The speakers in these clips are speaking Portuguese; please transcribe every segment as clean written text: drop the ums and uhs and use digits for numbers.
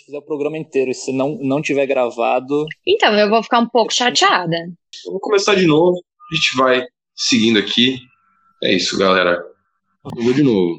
fizer o programa inteiro. E se não tiver gravado... Então, eu vou ficar um pouco chateada. Eu vou começar de novo. A gente vai seguindo aqui. É isso, galera. Eu vou de novo.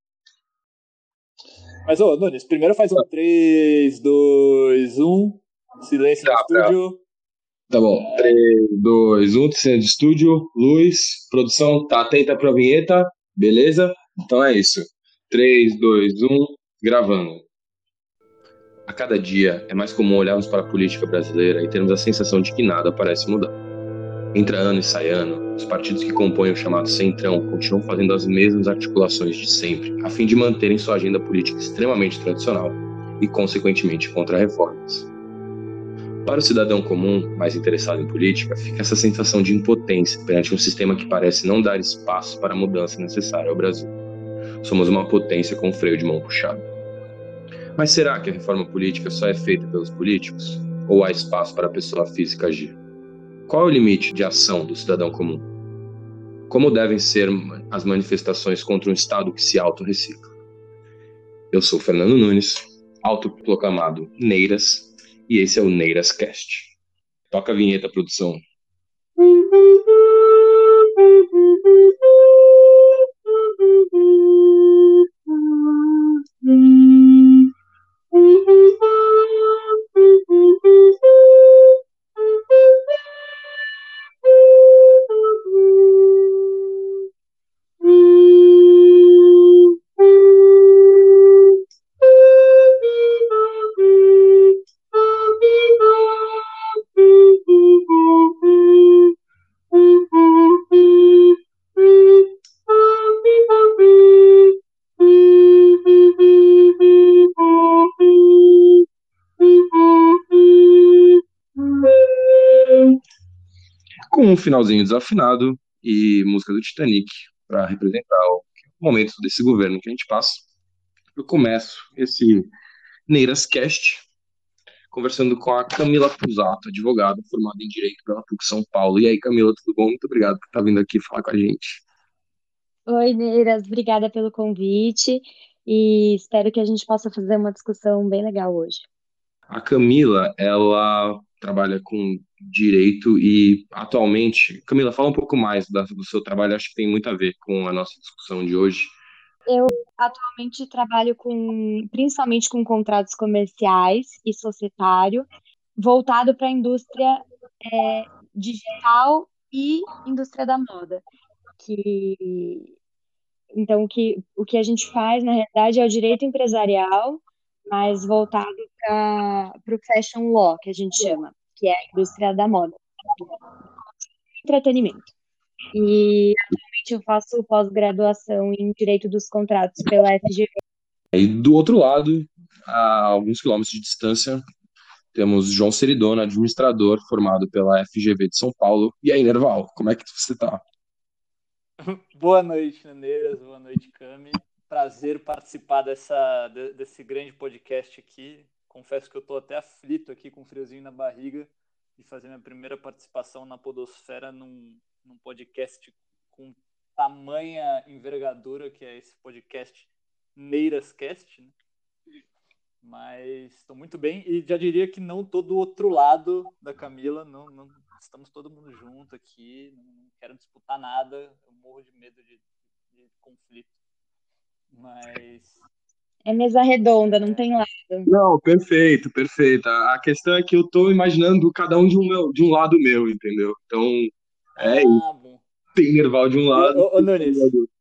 Mas, Nunes, primeiro faz um 3, 2, 1. Silêncio no estúdio. Tá bom. 3, 2, 1. Silêncio de estúdio. Luz. Produção. Tá atenta pra vinheta. Beleza? Então é isso. 3, 2, 1. Gravando. A cada dia é mais comum olharmos para a política brasileira e termos a sensação de que nada parece mudar. Entra ano e sai ano, os partidos que compõem o chamado Centrão continuam fazendo as mesmas articulações de sempre, a fim de manterem sua agenda política extremamente tradicional e, consequentemente, contra reformas. Para o cidadão comum, mais interessado em política, fica essa sensação de impotência perante um sistema que parece não dar espaço para a mudança necessária ao Brasil. Somos uma potência com freio de mão puxado. Mas será que a reforma política só é feita pelos políticos? Ou há espaço para a pessoa física agir? Qual é o limite de ação do cidadão comum? Como devem ser as manifestações contra um Estado que se autorrecicla? Eu sou Fernando Nunes, autoproclamado Neiras, e esse é o Neiras Cast. Toca a vinheta, produção. Com um finalzinho desafinado e música do Titanic para representar o momento desse governo que a gente passa, eu começo esse Neiras Cast conversando com a Camila Pusato, advogada formada em Direito pela PUC São Paulo. E aí, Camila, tudo bom? Muito obrigado por estar vindo aqui falar com a gente. Oi, Neiras, obrigada pelo convite e espero que a gente possa fazer uma discussão bem legal hoje. A Camila, ela trabalha com direito e atualmente... Camila, fala um pouco mais do seu trabalho, acho que tem muito a ver com a nossa discussão de hoje. Eu atualmente trabalho principalmente com contratos comerciais e societário, voltado para a indústria digital e indústria da moda. Então, o que a gente faz, na realidade, é o direito empresarial, mas voltado para o fashion law, que a gente chama, que é a indústria da moda, entretenimento. E atualmente eu faço pós-graduação em Direito dos Contratos pela FGV. E do outro lado, a alguns quilômetros de distância, temos João Seridona, administrador, formado pela FGV de São Paulo. E aí, Nerval, como é que você tá? Boa noite, Neiras. Boa noite, Cami. Prazer participar desse grande podcast aqui. Confesso que eu tô até aflito aqui, com um friozinho na barriga, de fazer minha primeira participação na podosfera num podcast com tamanha envergadura, que é esse podcast Neirascast, né? Mas estou muito bem e já diria que não estou do outro lado da Camila, não estamos todo mundo junto aqui, não quero disputar nada, eu morro de medo de conflito, mas... É mesa redonda, não tem lado. Não, perfeito. A questão é que eu tô imaginando cada um de um lado meu, entendeu? Então, isso. Bom. Tem Nerval de um lado. Ô Nunes,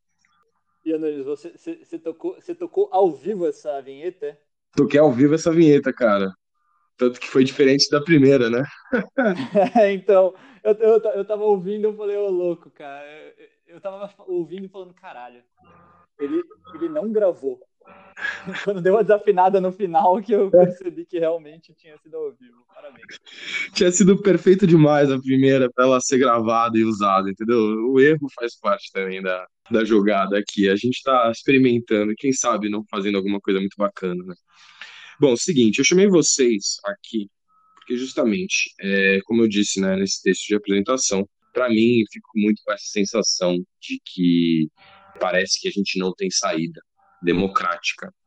você tocou ao vivo essa vinheta? Toquei ao vivo essa vinheta, cara. Tanto que foi diferente da primeira, né? Então, eu tava ouvindo, eu falei, ô louco, cara. Eu tava ouvindo e falando, caralho, ele não gravou. Quando deu uma desafinada no final, que eu percebi que realmente tinha sido ao vivo. Parabéns. Tinha sido perfeito demais a primeira pra ela ser gravada e usada, entendeu? O erro faz parte também da jogada aqui. A gente tá experimentando, quem sabe não fazendo alguma coisa muito bacana, né? Bom, seguinte, eu chamei vocês aqui porque justamente, como eu disse, né, nesse texto de apresentação, para mim, eu fico muito com essa sensação de que parece que a gente não tem saída democrática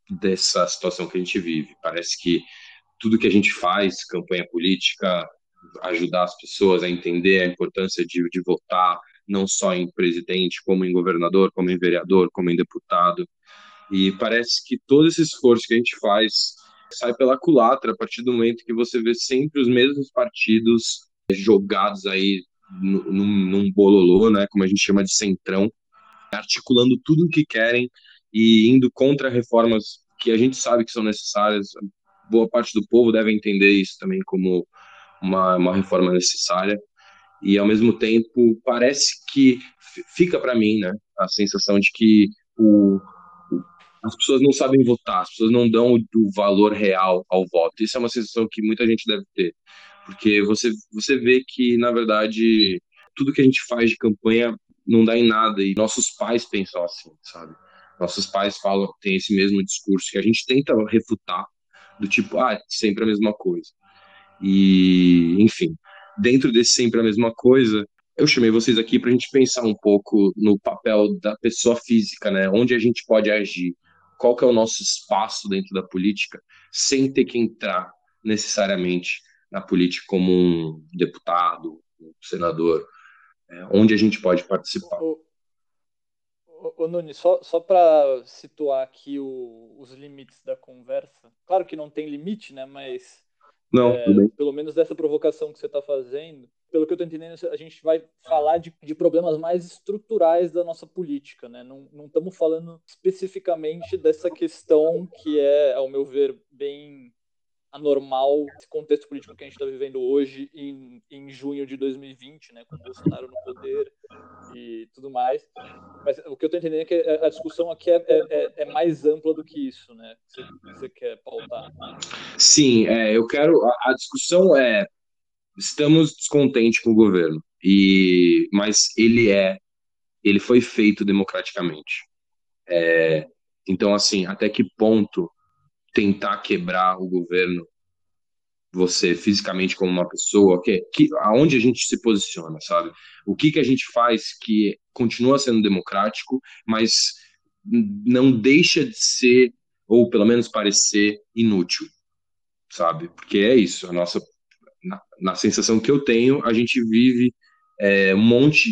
dessa situação que a gente vive. Parece que tudo que a gente faz, campanha política, ajudar as pessoas a entender a importância de votar, não só em presidente, como em governador, como em vereador, como em deputado. E parece que todo esse esforço que a gente faz sai pela culatra a partir do momento que você vê sempre os mesmos partidos jogados aí num bololô, né, como a gente chama de centrão, articulando tudo o que querem e indo contra reformas que a gente sabe que são necessárias. Boa parte do povo deve entender isso também como uma reforma necessária. E, ao mesmo tempo, parece que fica para mim, né, a sensação de que as pessoas não sabem votar, as pessoas não dão o valor real ao voto. Isso é uma sensação que muita gente deve ter, porque você vê que, na verdade, tudo que a gente faz de campanha não dá em nada, e nossos pais pensam assim, sabe? Nossos pais falam, tem esse mesmo discurso, que a gente tenta refutar, do tipo, sempre a mesma coisa. E, enfim, dentro desse sempre a mesma coisa, eu chamei vocês aqui para a gente pensar um pouco no papel da pessoa física, né? Onde a gente pode agir, qual que é o nosso espaço dentro da política, sem ter que entrar necessariamente na política como um deputado, um senador, onde a gente pode participar. Ô Nunes, só para situar aqui os limites da conversa. Claro que não tem limite, né? Mas Não, tudo bem. pelo menos dessa provocação que você está fazendo, pelo que eu estou entendendo, a gente vai falar de problemas mais estruturais da nossa política, né? Não estamos falando especificamente dessa questão que é, ao meu ver, bem anormal esse contexto político que a gente está vivendo hoje em junho de 2020, né, com o Bolsonaro no poder e tudo mais. Mas o que eu estou entendendo é que a discussão aqui é mais ampla do que isso, né? Você quer pautar? Sim, eu quero. A discussão estamos descontentes com o governo, mas ele foi feito democraticamente. Então, assim, até que ponto tentar quebrar o governo, você fisicamente como uma pessoa, aonde a gente se posiciona, sabe? O que a gente faz que continua sendo democrático, mas não deixa de ser, ou pelo menos parecer, inútil, sabe? Porque é isso, na sensação que eu tenho, a gente vive um monte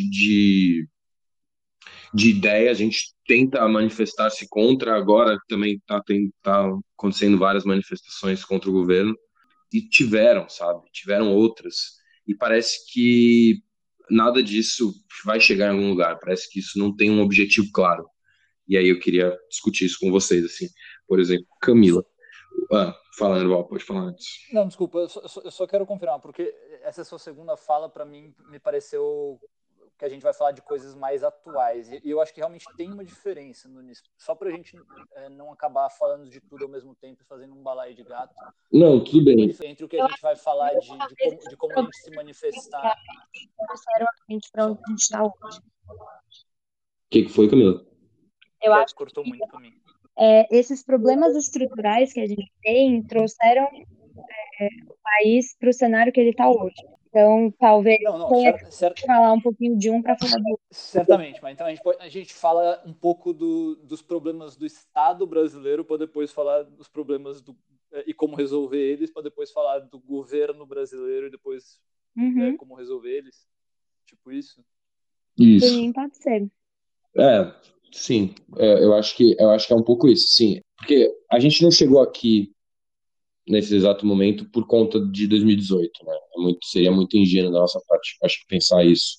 de ideia, a gente tenta manifestar-se contra, agora também tá acontecendo várias manifestações contra o governo, e tiveram outras, e parece que nada disso vai chegar em algum lugar, parece que isso não tem um objetivo claro, e aí eu queria discutir isso com vocês, assim, por exemplo, Camila. Falando, Val, pode falar antes. Não, desculpa, eu só quero confirmar, porque essa sua segunda fala, para mim, me pareceu que a gente vai falar de coisas mais atuais. E eu acho que realmente tem uma diferença, Nunes. Só para a gente não acabar falando de tudo ao mesmo tempo e fazendo um balaio de gato. Não, tudo bem. Entre o que a gente vai falar de como a gente se manifestar. Para onde a gente está hoje. O que foi, Camila? Eu acho que cortou muito para mim. Esses problemas estruturais que a gente tem trouxeram o país para o cenário que ele está hoje. Então, talvez falar um pouquinho de um para falar do outro. Certamente, mas então a gente fala um pouco dos problemas do Estado brasileiro para depois falar dos problemas e como resolver eles, para depois falar do governo brasileiro e depois como resolver eles. Tipo isso? Isso. Sim, pode ser. Sim. Eu acho que é um pouco isso, sim. Porque a gente não chegou aqui nesse exato momento por conta de 2018, né? Seria muito ingênuo da nossa parte, acho que pensar isso.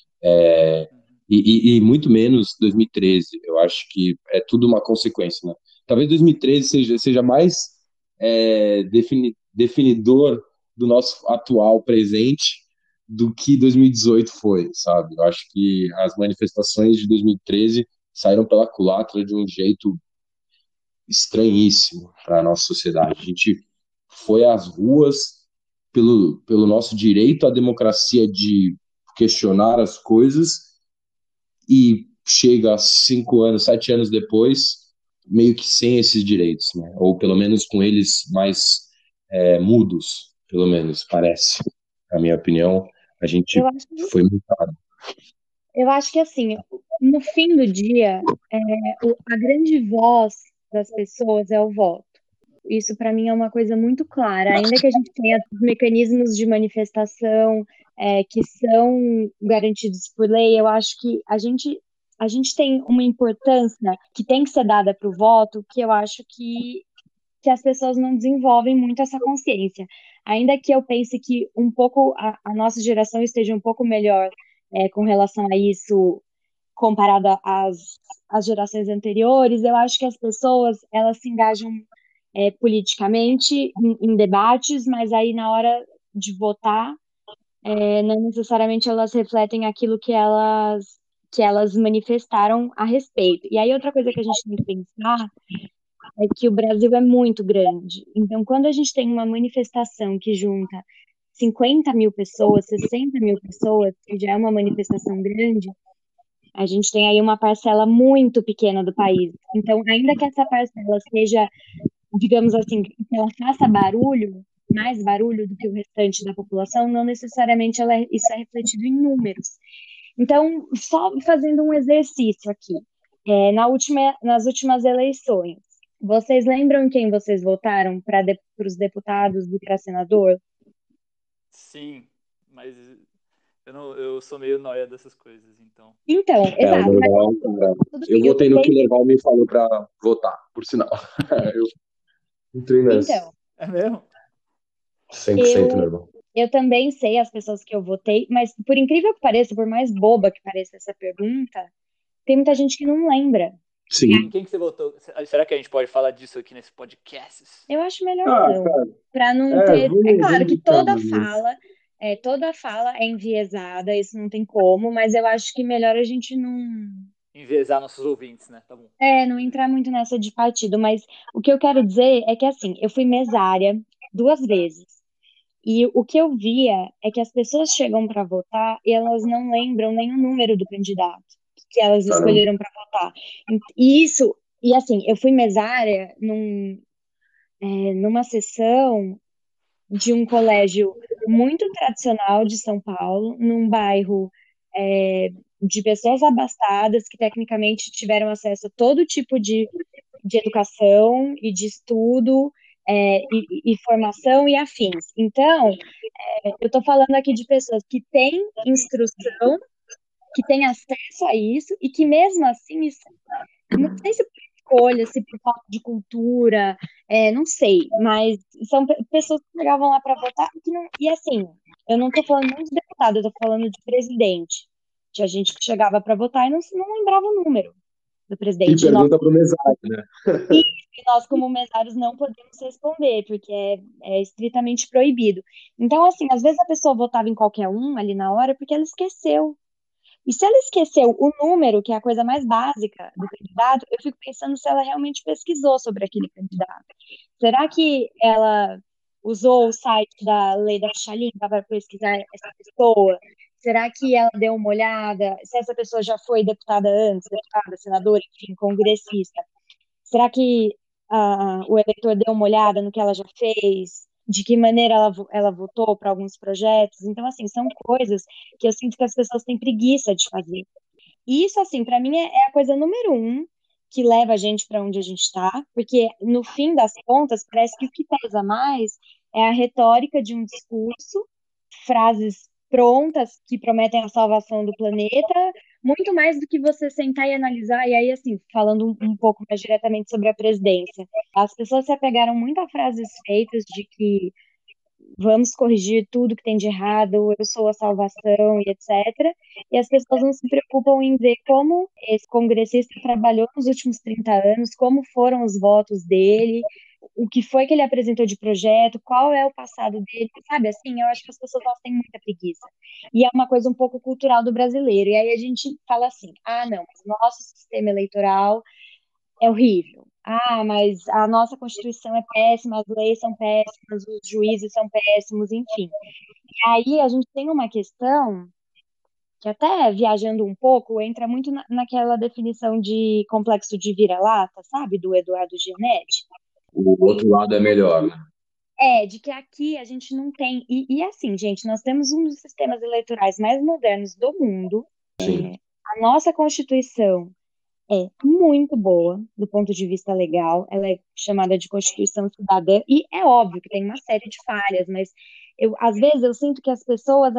E muito menos 2013. Eu acho que é tudo uma consequência, né? Talvez 2013 seja mais definidor do nosso atual presente do que 2018 foi, sabe? Eu acho que as manifestações de 2013 saíram pela culatra de um jeito estranhíssimo para a nossa sociedade. A gente foi às ruas pelo nosso direito à democracia de questionar as coisas e chega 5 anos, 7 anos depois, meio que sem esses direitos, né? Ou pelo menos com eles mais mudos, pelo menos, parece. Na minha opinião, a gente foi multado. Eu acho que, assim, no fim do dia, a grande voz das pessoas é o voto. Isso, para mim, é uma coisa muito clara. Ainda que a gente tenha os mecanismos de manifestação que são garantidos por lei, eu acho que a gente tem uma importância que tem que ser dada para o voto, que eu acho que as pessoas não desenvolvem muito essa consciência. Ainda que eu pense que um pouco a nossa geração esteja um pouco melhor com relação a isso, comparada às gerações anteriores, eu acho que as pessoas elas se engajam politicamente em debates, mas aí na hora de votar, não necessariamente elas refletem aquilo que elas manifestaram a respeito. E aí outra coisa que a gente tem que pensar é que o Brasil é muito grande. Então, quando a gente tem uma manifestação que junta 50 mil pessoas, 60 mil pessoas, que já é uma manifestação grande, a gente tem aí uma parcela muito pequena do país. Então, ainda que essa parcela seja, digamos assim, que ela faça barulho, mais barulho do que o restante da população, não necessariamente isso é refletido em números. Então, só fazendo um exercício aqui, nas últimas eleições, vocês lembram quem vocês votaram para os deputados e para senador? Sim, mas eu sou meio nóia dessas coisas, então. Então, exato. Norval, eu votei no que o Norval me falou para votar, por sinal. Eu entrei nessa. Então, é mesmo? 100% Norval. Eu também sei as pessoas que eu votei, mas por incrível que pareça, por mais boba que pareça essa pergunta, tem muita gente que não lembra. Sim. Em quem que você votou? Será que a gente pode falar disso aqui nesse podcast? Eu acho melhor não. Para não ter. É claro que toda fala é enviesada, isso não tem como, mas eu acho que melhor a gente não. Enviesar nossos ouvintes, né? Tá bom. Não entrar muito nessa de partido, mas o que eu quero dizer é que assim, eu fui mesária 2 vezes. E o que eu via é que as pessoas chegam para votar e elas não lembram nem o número do candidato que elas escolheram para votar. E assim, eu fui mesária numa sessão de um colégio muito tradicional de São Paulo, num bairro de pessoas abastadas que tecnicamente tiveram acesso a todo tipo de educação e de estudo e formação e afins. Então, eu estou falando aqui de pessoas que têm instrução, que têm acesso a isso e que mesmo assim, não sei se por escolha, se por falta de cultura, não sei, mas são pessoas que chegavam lá para votar e assim, eu não estou falando nem de deputado, eu estou falando de presidente. Tinha gente que chegava para votar e não lembrava o número do presidente. E pergunta para o mesário, né? E nós, como mesários, não podemos responder, porque é estritamente proibido. Então, assim, às vezes a pessoa votava em qualquer um ali na hora porque ela esqueceu. E se ela esqueceu o número, que é a coisa mais básica do candidato, eu fico pensando se ela realmente pesquisou sobre aquele candidato. Será que ela usou o site da Lei da Ficha Limpa para pesquisar essa pessoa? Será que ela deu uma olhada? Se essa pessoa já foi deputada antes, deputada, senadora, enfim, congressista? Será que o eleitor deu uma olhada no que ela já fez? De que maneira ela votou para alguns projetos? Então, assim, são coisas que eu sinto que as pessoas têm preguiça de fazer. E isso, assim, para mim é a coisa número 1 que leva a gente para onde a gente está, porque no fim das contas, parece que o que pesa mais é a retórica de um discurso, frases prontas que prometem a salvação do planeta, muito mais do que você sentar e analisar. E aí, assim, falando um pouco mais diretamente sobre a presidência, as pessoas se apegaram muito a frases feitas de que vamos corrigir tudo que tem de errado, eu sou a salvação e etc. E as pessoas não se preocupam em ver como esse congressista trabalhou nos últimos 30 anos, como foram os votos dele, o que foi que ele apresentou de projeto, qual é o passado dele, sabe? Assim, eu acho que as pessoas têm muita preguiça. E é uma coisa um pouco cultural do brasileiro. E aí a gente fala assim, não, mas o nosso sistema eleitoral é horrível. Mas a nossa Constituição é péssima, as leis são péssimas, os juízes são péssimos, enfim. E aí a gente tem uma questão que até viajando um pouco, entra muito naquela definição de complexo de vira-lata, sabe? Do Eduardo Gianetti. O outro lado é melhor, né? De que aqui a gente não tem... E assim, gente, nós temos um dos sistemas eleitorais mais modernos do mundo. A nossa Constituição é muito boa do ponto de vista legal, ela é chamada de Constituição Cidadã, e é óbvio que tem uma série de falhas, mas às vezes eu sinto que as pessoas,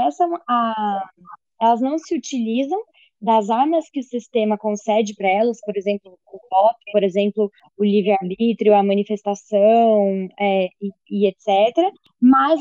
elas não se utilizam das armas que o sistema concede para elas, por exemplo, o voto, por exemplo, o livre-arbítrio, a manifestação, e etc., mas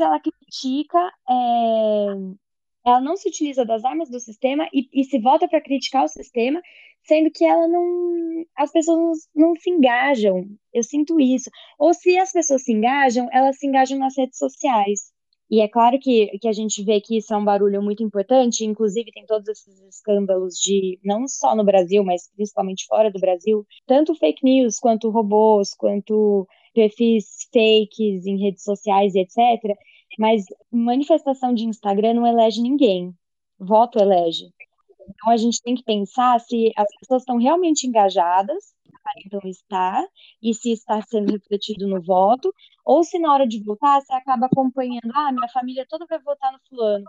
ela não se utiliza das armas do sistema e se volta para criticar o sistema, sendo que as pessoas não se engajam. Eu sinto isso. Ou se as pessoas se engajam, elas se engajam nas redes sociais. E é claro que a gente vê que isso é um barulho muito importante, inclusive tem todos esses escândalos não só no Brasil, mas principalmente fora do Brasil, tanto fake news, quanto robôs, quanto perfis fakes em redes sociais e etc. Mas manifestação de Instagram não elege ninguém. Voto elege. Então a gente tem que pensar se as pessoas estão realmente engajadas, então estar, e se está sendo refletido no voto, ou se na hora de votar você acaba acompanhando, minha família toda vai votar no fulano.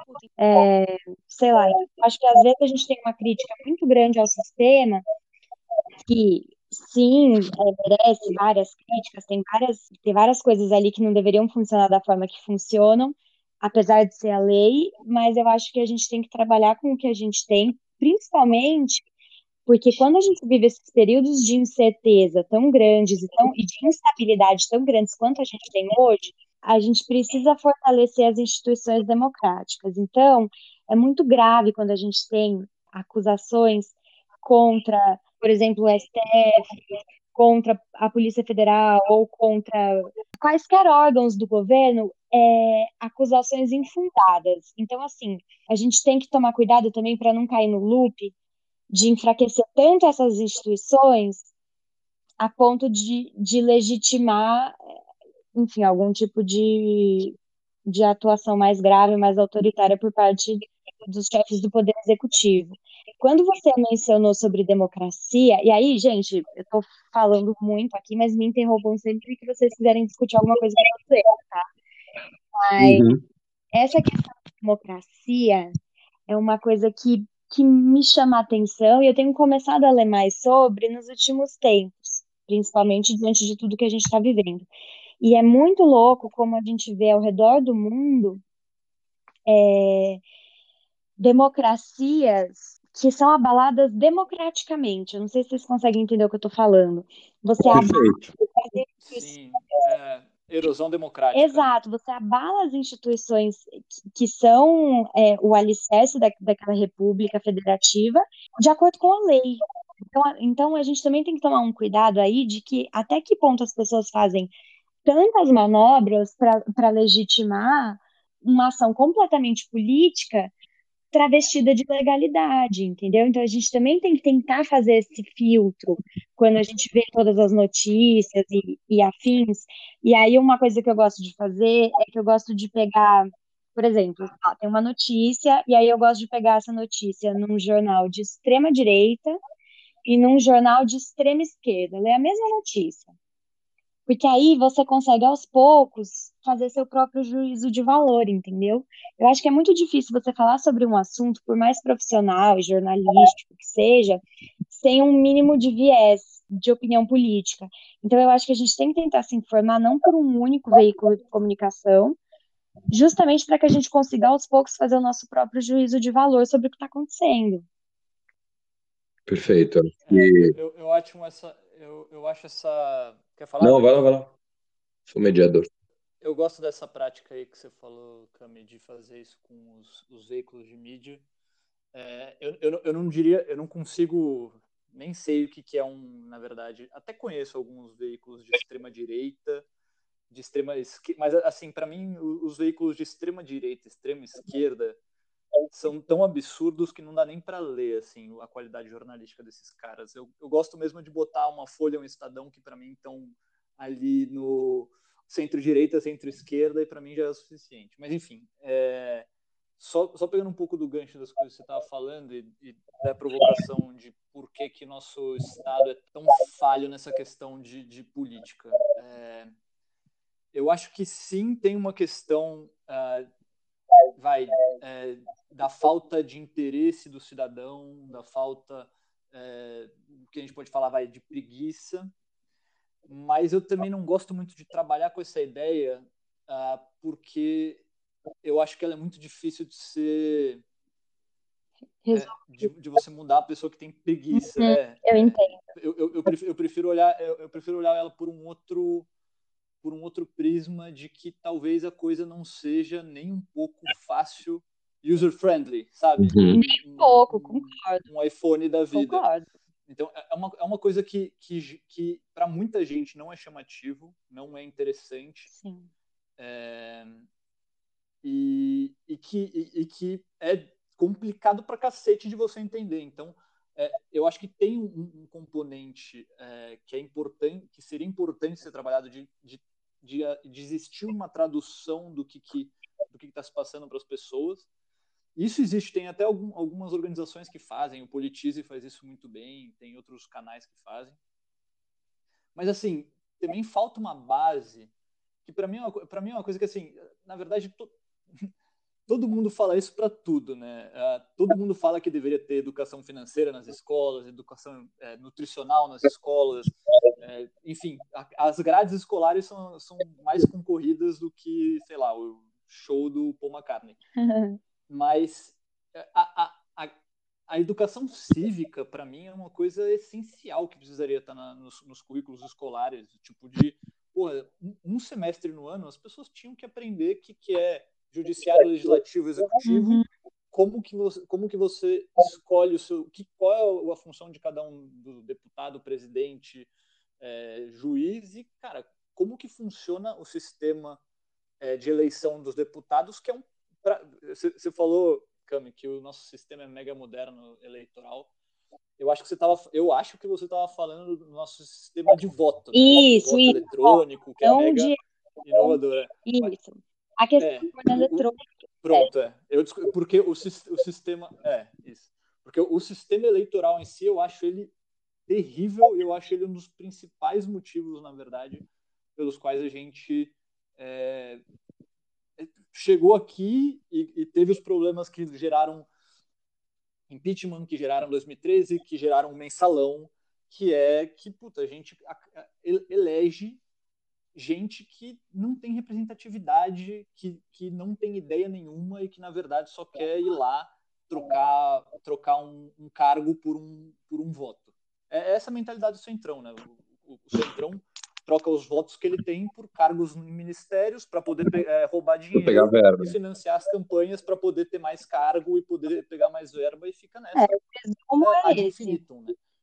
Sei lá, então, acho que às vezes a gente tem uma crítica muito grande ao sistema, que sim, merece várias críticas, tem várias coisas ali que não deveriam funcionar da forma que funcionam, apesar de ser a lei, mas eu acho que a gente tem que trabalhar com o que a gente tem, principalmente porque quando a gente vive esses períodos de incerteza tão grandes e de instabilidade tão grandes quanto a gente tem hoje, a gente precisa fortalecer as instituições democráticas. Então, é muito grave quando a gente tem acusações contra, por exemplo, o STF, contra a Polícia Federal ou contra quaisquer órgãos do governo, acusações infundadas. Então, assim, a gente tem que tomar cuidado também para não cair no loop de enfraquecer tanto essas instituições a ponto de legitimar, enfim, algum tipo de atuação mais grave, mais autoritária por parte dos chefes do Poder Executivo. Quando você mencionou sobre democracia, e aí, gente, eu estou falando muito aqui, mas me interrompam sempre que vocês quiserem discutir alguma coisa com você, tá? Mas essa questão da democracia é uma coisa que me chama a atenção e eu tenho começado a ler mais sobre nos últimos tempos, principalmente diante de tudo que a gente está vivendo. E é muito louco como a gente vê ao redor do mundo democracias que são abaladas democraticamente. Eu não sei se vocês conseguem entender o que eu estou falando. Você abala Sim, erosão democrática. Exato, você abala as instituições que são o alicerce daquela república federativa de acordo com a lei. Então, a gente também tem que tomar um cuidado aí de que até que ponto as pessoas fazem tantas manobras para legitimar uma ação completamente política travestida de legalidade, entendeu? Então a gente também tem que tentar fazer esse filtro quando a gente vê todas as notícias e afins. E aí uma coisa que eu gosto de fazer é que eu gosto de pegar, por exemplo, tem uma notícia e aí eu gosto de pegar essa notícia num jornal de extrema direita e num jornal de extrema esquerda. Ler a mesma notícia. Porque aí você consegue, aos poucos, fazer seu próprio juízo de valor, entendeu? Eu acho que é muito difícil você falar sobre um assunto, por mais profissional e jornalístico que seja, sem um mínimo de viés de opinião política. Então, eu acho que a gente tem que tentar se informar não por um único veículo de comunicação, justamente para que a gente consiga, aos poucos, fazer o nosso próprio juízo de valor sobre o que está acontecendo. Perfeito. Eu acho essa. Quer falar? Não, vai lá. Sou mediador. Eu gosto dessa prática aí que você falou, Cami, de fazer isso com os veículos de mídia. Eu não diria, eu não consigo, nem sei o que é na verdade, até conheço alguns veículos de extrema direita, de extrema esquerda, mas assim, para mim, os veículos de extrema direita, extrema esquerda, são tão absurdos que não dá nem para ler assim a qualidade jornalística desses caras. Eu gosto mesmo de botar uma Folha, um Estadão que para mim estão ali no centro-direita, centro-esquerda e para mim já é o suficiente. Mas enfim, só pegando um pouco do gancho das coisas que você estava falando e da provocação de por que nosso Estado é tão falho nessa questão de política. Eu acho que sim, tem uma questão da falta de interesse do cidadão, da falta que a gente pode falar de preguiça, mas eu também não gosto muito de trabalhar com essa ideia, porque eu acho que ela é muito difícil de ser... de você mudar a pessoa que tem preguiça. Eu entendo. Eu prefiro olhar ela por um outro prisma de que talvez a coisa não seja nem um pouco fácil, user-friendly, sabe? Nem um pouco, concordo. Um iPhone da vida. Concordo. Então, é uma coisa que para muita gente não é chamativo, não é interessante. Sim. E que é complicado pra cacete de você entender. Então, eu acho que tem um componente que é importante, que seria importante ser trabalhado de existir uma tradução do que está se passando para as pessoas. Isso existe, tem até algumas organizações que fazem, o Politize faz isso muito bem, tem outros canais que fazem. Mas, assim, também falta uma base que, para mim, é uma coisa que, assim, na verdade, todo mundo fala isso para tudo, né? Todo mundo fala que deveria ter educação financeira nas escolas, educação nutricional nas escolas, enfim, as grades escolares são mais concorridas do que, sei lá, o show do Paul McCartney. Mas a educação cívica, para mim, é uma coisa essencial que precisaria estar nos currículos escolares, tipo de, um semestre no ano, as pessoas tinham que aprender o que é judiciário, legislativo, executivo, como que você escolhe qual é a função de cada um, do deputado, presidente, juiz, e, cara, como que funciona o sistema de eleição dos deputados, que é você falou, Cami, que o nosso sistema é mega moderno eleitoral. Eu acho que você estava falando do nosso sistema de voto, né? Isso, voto eletrônico, que é mega inovador. Isso. A questão do eletrônico. Pronto, porque o sistema... isso. Porque o sistema eleitoral em si, eu acho ele terrível, e eu acho ele um dos principais motivos, na verdade, pelos quais a gente chegou aqui e teve os problemas que geraram impeachment, que geraram 2013, que geraram um mensalão, que a gente elege gente que não tem representatividade, que não tem ideia nenhuma e que, na verdade, só quer ir lá trocar um cargo por um voto. É essa a mentalidade do Centrão, né? O Centrão troca os votos que ele tem por cargos em ministérios para poder roubar dinheiro e financiar as campanhas para poder ter mais cargo e poder pegar mais verba, e fica nessa. Ad infinitum,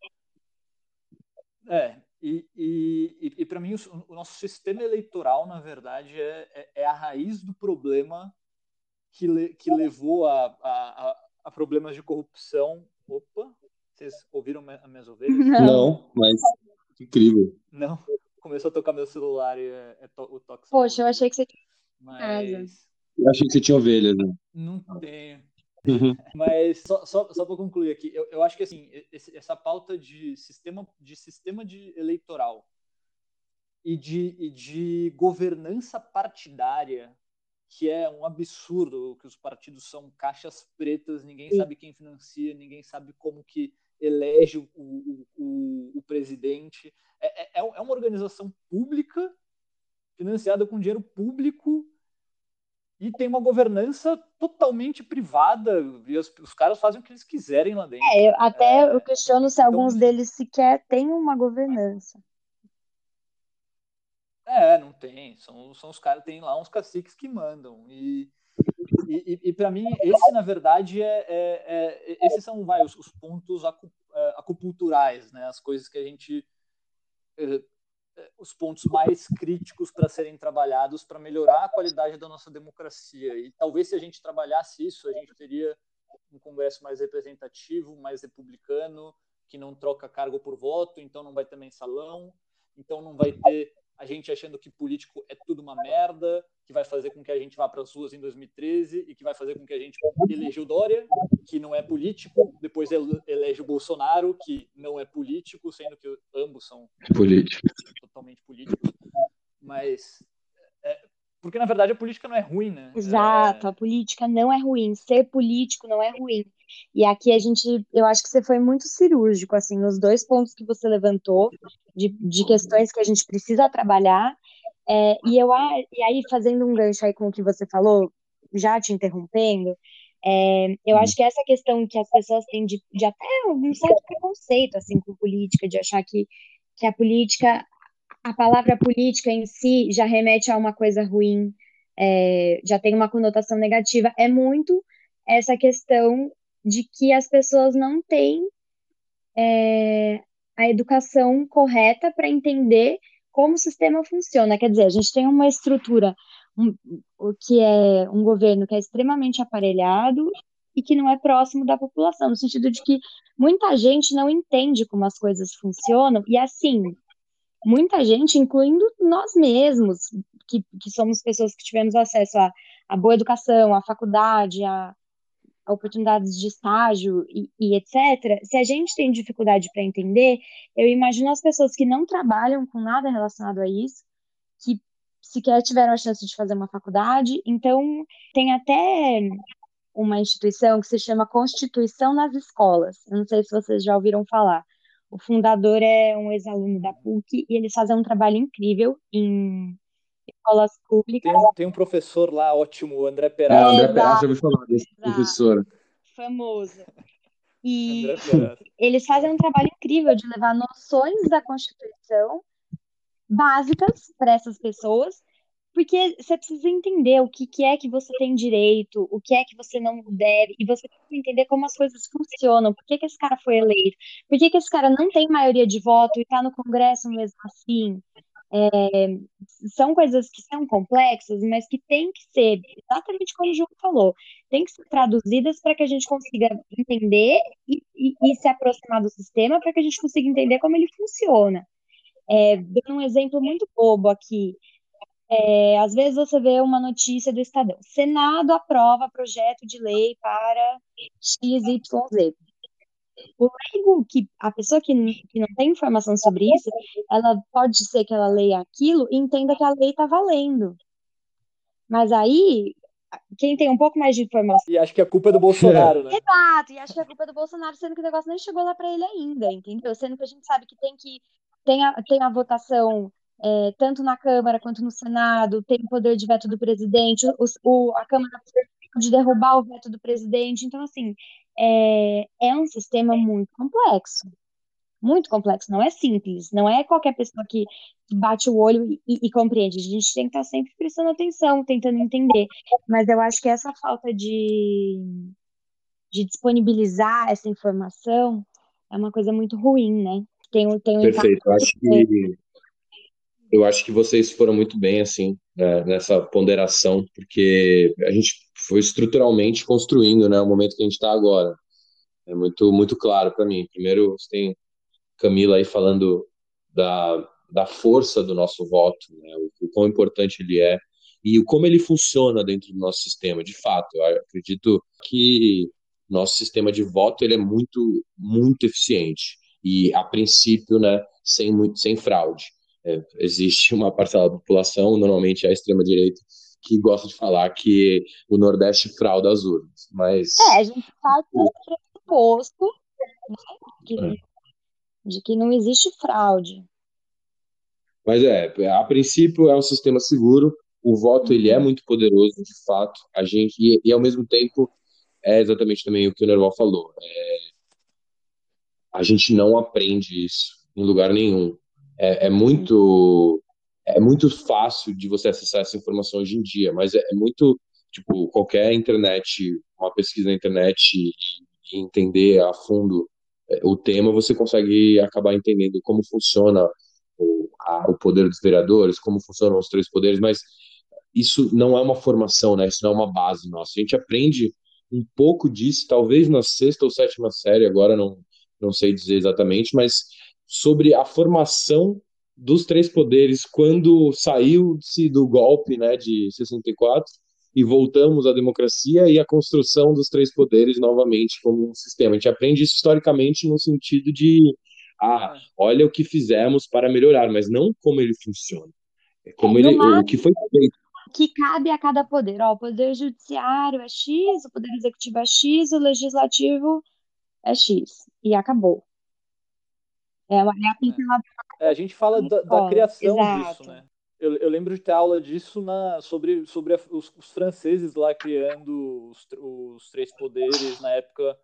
né? E para mim o nosso sistema eleitoral, na verdade, é a raiz do problema que levou a problemas de corrupção. Opa, vocês ouviram as minhas ovelhas? Não, mas incrível. Não, começou a tocar meu celular e o toque. Poxa, eu achei que você tinha mas eu achei que você tinha ovelhas, né? Não tenho. Mas só para concluir aqui, eu acho que, assim, essa pauta de sistema de eleitoral e de governança partidária, que é um absurdo, que os partidos são caixas pretas, ninguém sabe quem financia, ninguém sabe como que elege o presidente. É uma organização pública, financiada com dinheiro público, e tem uma governança totalmente privada, e os caras fazem o que eles quiserem lá dentro. Eu questiono se alguns deles sequer têm uma governança. Não tem. São os caras, tem lá uns caciques que mandam. E para mim, esse, na verdade, esses são os pontos acupunturais, né? As coisas que a gente... os pontos mais críticos para serem trabalhados para melhorar a qualidade da nossa democracia. E talvez, se a gente trabalhasse isso, a gente teria um Congresso mais representativo, mais republicano, que não troca cargo por voto, então não vai ter mensalão, então não vai ter a gente achando que político é tudo uma merda, que vai fazer com que a gente vá para as ruas em 2013 e que vai fazer com que a gente eleja o Dória, que não é político, depois elege o Bolsonaro, que não é político, sendo que ambos são totalmente políticos. Mas Porque, na verdade, a política não é ruim, né? Exato, a política não é ruim, ser político não é ruim. E aqui eu acho que você foi muito cirúrgico, assim, nos dois pontos que você levantou, de questões que a gente precisa trabalhar. E aí, fazendo um gancho aí com o que você falou, já te interrompendo, eu acho que essa questão que as pessoas têm de até um certo preconceito, assim, com política, de achar que a política, a palavra política em si já remete a uma coisa ruim, já tem uma conotação negativa, é muito essa questão de que as pessoas não têm a educação correta para entender como o sistema funciona. Quer dizer, a gente tem uma estrutura, o que é um governo que é extremamente aparelhado e que não é próximo da população, no sentido de que muita gente não entende como as coisas funcionam, e assim, muita gente, incluindo nós mesmos, que somos pessoas que tivemos acesso à boa educação, à faculdade, a oportunidades de estágio e etc., se a gente tem dificuldade para entender, eu imagino as pessoas que não trabalham com nada relacionado a isso, que sequer tiveram a chance de fazer uma faculdade. Então, tem até uma instituição que se chama Constituição nas Escolas. Eu não sei se vocês já ouviram falar. O fundador é um ex-aluno da PUC e eles fazem um trabalho incrível em escolas públicas. Tem um professor lá ótimo, o André André Perazzo. Perazzo, já ouvi falar desse professor. Famoso. E André Perazzo. eles fazem um trabalho incrível de levar noções da Constituição básicas para essas pessoas, porque você precisa entender o que é que você tem direito, o que é que você não deve, e você precisa entender como as coisas funcionam, por que esse cara foi eleito, por que esse cara não tem maioria de voto e está no Congresso mesmo assim. São coisas que são complexas, mas que têm que ser, exatamente como o João falou, tem que ser traduzidas para que a gente consiga entender e se aproximar do sistema para que a gente consiga entender como ele funciona. Dando um exemplo muito bobo aqui, às vezes você vê uma notícia do Estadão: Senado aprova projeto de lei para XYZ. O leigo, a pessoa que não tem informação sobre isso, ela pode ser que ela leia aquilo e entenda que a lei está valendo. Mas aí, quem tem um pouco mais de informação... E acho que a culpa é do Bolsonaro, né? Exato, e acho que a culpa é do Bolsonaro, sendo que o negócio nem chegou lá para ele ainda, entendeu? Sendo que a gente sabe que tem a votação tanto na Câmara quanto no Senado, tem o poder de veto do presidente, a Câmara pode derrubar o veto do presidente. Então, assim, é um sistema muito complexo, não é simples, não é qualquer pessoa que bate o olho e compreende. A gente tem que estar sempre prestando atenção, tentando entender. Mas eu acho que essa falta de disponibilizar essa informação é uma coisa muito ruim, né? Tem um Perfeito. Eu acho que vocês foram muito bem, assim, né, nessa ponderação, porque a gente foi estruturalmente construindo, né, o momento que a gente está agora. É muito, muito claro para mim. Primeiro, você tem Camila aí falando da força do nosso voto, né, o quão importante ele é e o como ele funciona dentro do nosso sistema. De fato, eu acredito que nosso sistema de voto ele é muito, muito eficiente e, a princípio, né, sem fraude. Existe uma parcela da população, normalmente a extrema-direita, que gosta de falar que o Nordeste frauda as urnas, mas... a gente parte desse pressuposto, né, de que não existe fraude. Mas a princípio é um sistema seguro, o voto ele é muito poderoso, de fato, e ao mesmo tempo é exatamente também o que o Nerval falou, a gente não aprende isso em lugar nenhum. É muito fácil de você acessar essa informação hoje em dia, mas é muito, tipo, qualquer internet, uma pesquisa na internet e entender a fundo o tema, você consegue acabar entendendo como funciona o poder dos vereadores, como funcionam os três poderes, mas isso não é uma formação, né? Isso não é uma base nossa. A gente aprende um pouco disso, talvez na sexta ou sétima série, agora não sei dizer exatamente, mas sobre a formação dos três poderes quando saiu-se do golpe, né, de 64 e voltamos à democracia e à construção dos três poderes novamente como um sistema. A gente aprende isso historicamente no sentido de olha o que fizemos para melhorar, mas não como ele funciona. É como o que foi feito. que cabe a cada poder. Ó, o poder judiciário é X, o poder executivo é X, o legislativo é X. E acabou. É a né? pincelada A gente fala da da escola. criação disso, Exato. né? Eu lembro de ter aula disso sobre os franceses lá criando os três poderes na época.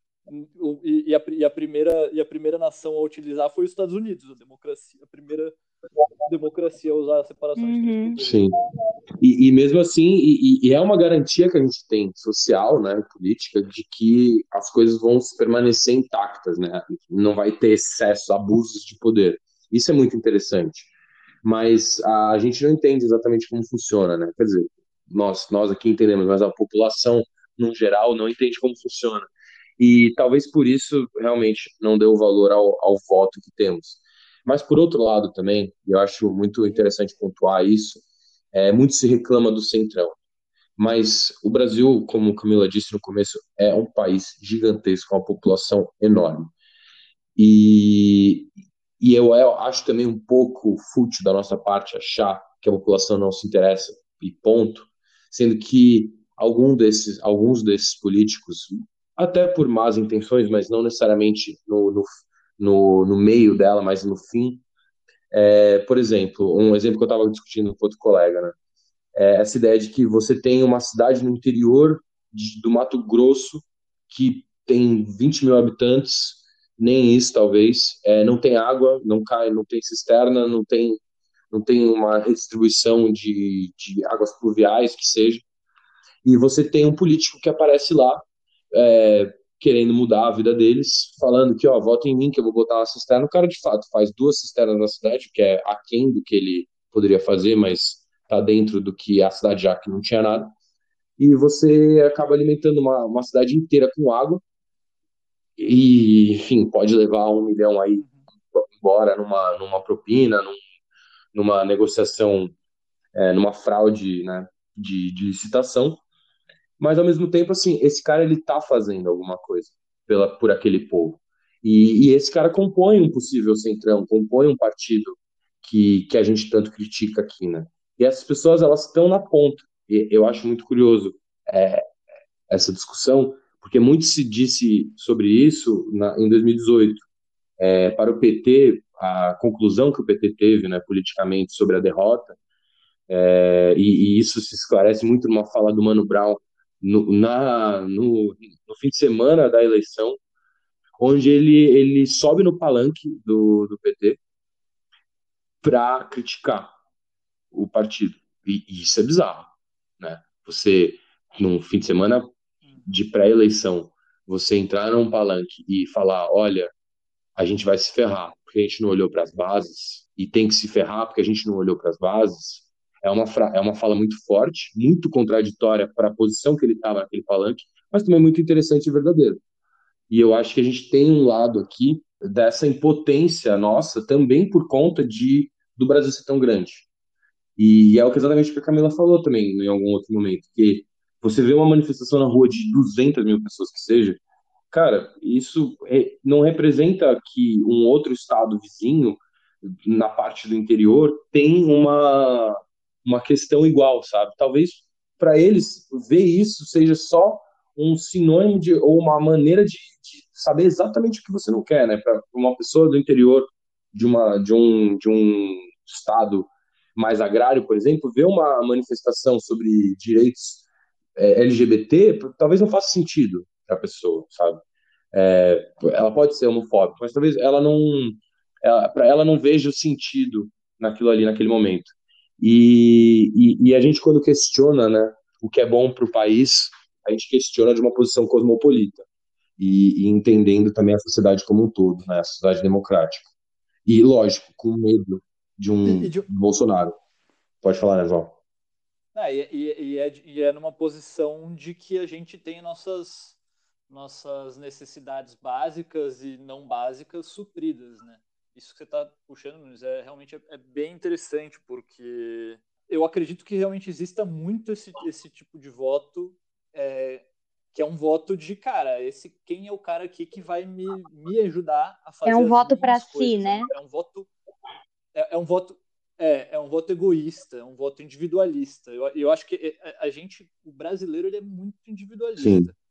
E a primeira nação a utilizar foi os Estados Unidos, a primeira democracia a usar a separação de três Uhum. poderes. Sim. E mesmo assim, é uma garantia que a gente tem, social, né, política, de que as coisas vão se permanecer intactas, né? Não vai ter excesso, abusos de poder. Isso é muito interessante. Mas a gente não entende exatamente como funciona, né? Quer dizer, nós aqui entendemos, mas a população, no geral, não entende como funciona. E talvez por isso realmente não deu valor ao voto que temos. Mas por outro lado também, e eu acho muito interessante pontuar isso, muito se reclama do Centrão. Mas o Brasil, como Camila disse no começo, é um país gigantesco, com uma população enorme. E, eu acho também um pouco fútil da nossa parte achar que a população não se interessa, e ponto. Sendo que alguns desses políticos, até por más intenções, mas não necessariamente no meio dela, mas no fim. Por exemplo, um exemplo que eu estava discutindo com outro colega, né? Essa ideia de que você tem uma cidade no interior do Mato Grosso que tem 20 mil habitantes, nem isso talvez, não tem água, não cai, não tem cisterna, não tem uma redistribuição de águas pluviais que seja, e você tem um político que aparece lá querendo mudar a vida deles, falando que, ó, vota em mim que eu vou botar uma cisterna. O cara, de fato, faz 2 cisternas na cidade, que é aquém do que ele poderia fazer, mas tá dentro do que a cidade já que não tinha nada. E você acaba alimentando uma cidade inteira com água e, enfim, pode levar 1 milhão aí embora numa propina, numa negociação, numa fraude, né, de licitação. Mas ao mesmo tempo, assim, esse cara ele tá fazendo alguma coisa por aquele povo. E esse cara compõe um possível centrão, compõe um partido que a gente tanto critica aqui, né? E essas pessoas, elas estão na ponta. E eu acho muito curioso essa discussão, porque muito se disse sobre isso em 2018. Para o PT, a conclusão que o PT teve, né, politicamente sobre a derrota, e isso se esclarece muito numa fala do Mano Brown no fim de semana da eleição, onde ele sobe no palanque do PT para criticar o partido. E isso é bizarro, né? Você, num fim de semana de pré-eleição, você entrar num palanque e falar, olha, a gente vai se ferrar porque a gente não olhou para as bases, e tem que se ferrar porque a gente não olhou para as bases, é uma fala muito forte, muito contraditória para a posição que ele estava naquele palanque, mas também muito interessante e verdadeiro. E eu acho que a gente tem um lado aqui dessa impotência nossa também por conta do Brasil ser tão grande. E é o que exatamente o que a Camila falou também em algum outro momento, que você vê uma manifestação na rua de 200 mil pessoas que seja, cara, isso não representa que um outro estado vizinho, na parte do interior, tem uma questão igual, sabe? Talvez para eles ver isso seja só um sinônimo ou uma maneira de saber exatamente o que você não quer, né? Para uma pessoa do interior de um estado mais agrário, por exemplo, ver uma manifestação sobre direitos LGBT, talvez não faça sentido para a pessoa, sabe? Ela pode ser homofóbica, mas talvez para ela não veja o sentido naquilo ali, naquele momento. E a gente, quando questiona, né, o que é bom para o país, a gente questiona de uma posição cosmopolita e entendendo também a sociedade como um todo, né, a sociedade democrática. E, lógico, com medo de E, um e de, Bolsonaro. Pode falar, né, João? e é numa posição de que a gente tem nossas necessidades básicas e não básicas supridas, né? Isso que você está puxando, Nunes, realmente é bem interessante, porque eu acredito que realmente exista muito esse tipo de voto, que é um voto de, cara, quem é o cara aqui que vai me ajudar a É fazer um as voto para minhas si, coisas? né? É um voto É um voto egoísta, é um voto individualista. Eu acho que o brasileiro, ele é muito Sim. individualista.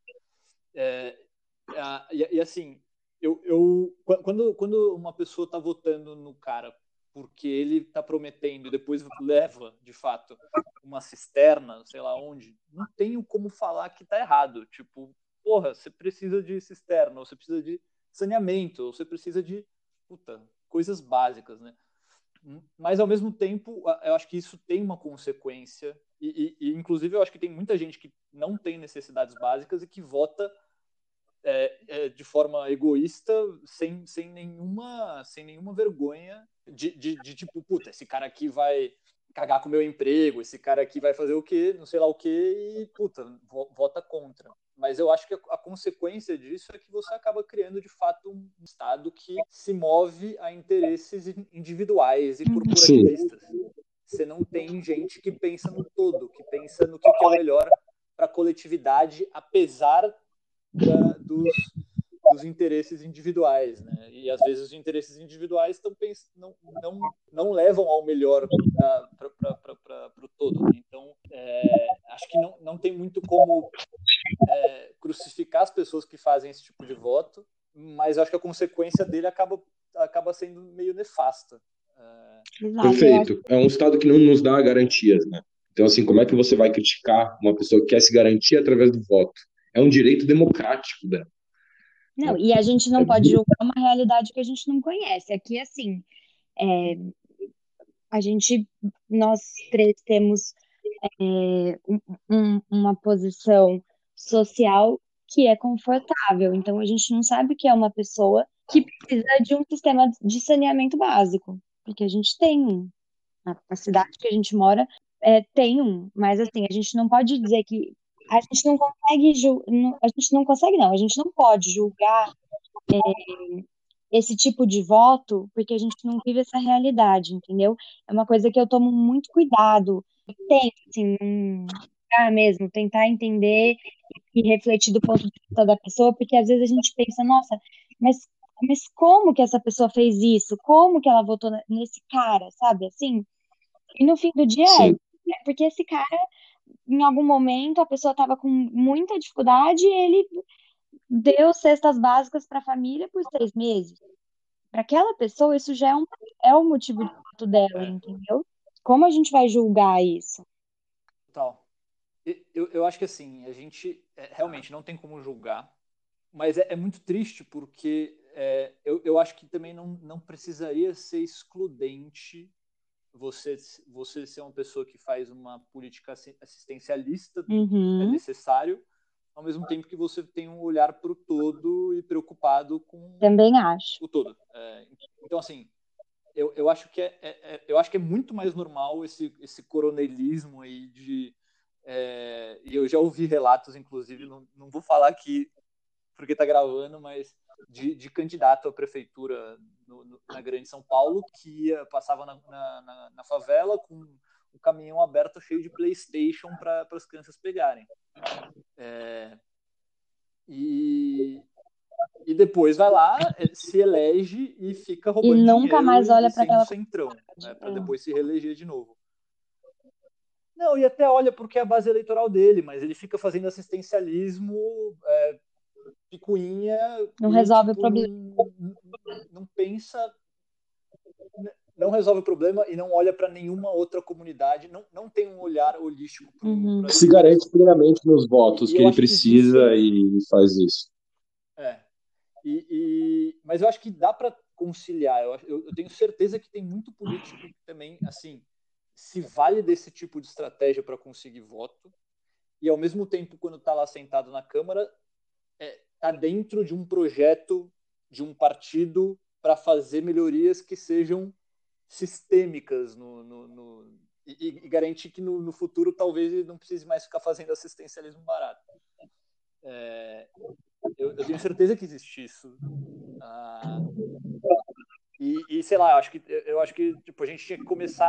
E assim, quando uma pessoa está votando no cara porque ele está prometendo e depois leva, de fato, uma cisterna, sei lá onde, não tenho como falar que está errado. Tipo, porra, você precisa de cisterna, ou você precisa de saneamento, ou você precisa de coisas básicas, né? Mas, ao mesmo tempo, eu acho que isso tem uma consequência, inclusive, eu acho que tem muita gente que não tem necessidades básicas e que vota de forma egoísta, sem nenhuma vergonha de tipo, esse cara aqui vai cagar com o meu emprego, esse cara aqui vai fazer o quê, não sei lá o quê, e, vota contra. Mas eu acho que a consequência disso é que você acaba criando, de fato, um Estado que se move a interesses individuais e corporativistas. Sim. Você não tem gente que pensa no todo, que pensa no que é o melhor para a coletividade, apesar dos interesses individuais, né? E às vezes os interesses individuais não levam ao melhor para o todo, né? Então, acho que não tem muito como crucificar as pessoas que fazem esse tipo de voto, mas acho que a consequência dele acaba sendo meio nefasta. Perfeito. É um Estado que não nos dá garantias, né? Então, assim, como é que você vai criticar uma pessoa que quer se garantir através do voto? É um direito democrático dela. Não, e a gente não pode julgar uma realidade que a gente não conhece. Aqui, assim, nós três temos uma posição social que é confortável. Então, a gente não sabe o que é uma pessoa que precisa de um sistema de saneamento básico, porque a gente tem na cidade que a gente mora, tem mas assim, a gente não pode dizer que a gente não consegue a gente não pode julgar esse tipo de voto porque a gente não vive essa realidade, entendeu? É uma coisa que eu tomo muito cuidado. Tem, assim, mesmo, tentar entender e refletir do ponto de vista da pessoa, porque às vezes a gente pensa, nossa, mas como que essa pessoa fez isso? Como que ela votou nesse cara, sabe? Assim, e no fim do dia porque esse cara, em algum momento, a pessoa estava com muita dificuldade e ele deu cestas básicas para a família por 6 meses. Para aquela pessoa, isso já é um motivo de voto dela, entendeu? Como a gente vai julgar isso? Total. Eu acho que assim, a gente realmente não tem como julgar, mas é muito triste porque eu acho que também não precisaria ser excludente você ser uma pessoa que faz uma política assistencialista, é necessário, ao mesmo tempo que você tem um olhar para o todo e preocupado com também acho o todo. Então, assim, eu acho que é muito mais normal esse coronelismo aí e eu já ouvi relatos, inclusive, não vou falar aqui porque está gravando, mas de candidato à prefeitura na Grande São Paulo que passava na favela com um caminhão aberto cheio de PlayStation para as crianças pegarem. E depois vai lá, se elege e fica roubando dinheiro. E nunca mais olha para aquela centrão, né, para depois se reeleger de novo. Não, e até olha porque é a base eleitoral dele, mas ele fica fazendo assistencialismo, picuinha. Não resolve o problema. Não pensa, não resolve o problema e não olha para nenhuma outra comunidade, não tem um olhar holístico para se garante plenamente nos votos que ele precisa e faz isso. Mas eu acho que dá para conciliar. Eu tenho certeza que tem muito político que também, assim, se vale desse tipo de estratégia para conseguir voto e, ao mesmo tempo, quando está lá sentado na Câmara, está dentro de um projeto de um partido para fazer melhorias que sejam sistêmicas e garantir que no futuro talvez ele não precise mais ficar fazendo assistencialismo barato. Eu tenho certeza que existe isso. E sei lá, eu acho que tipo, a gente tinha que começar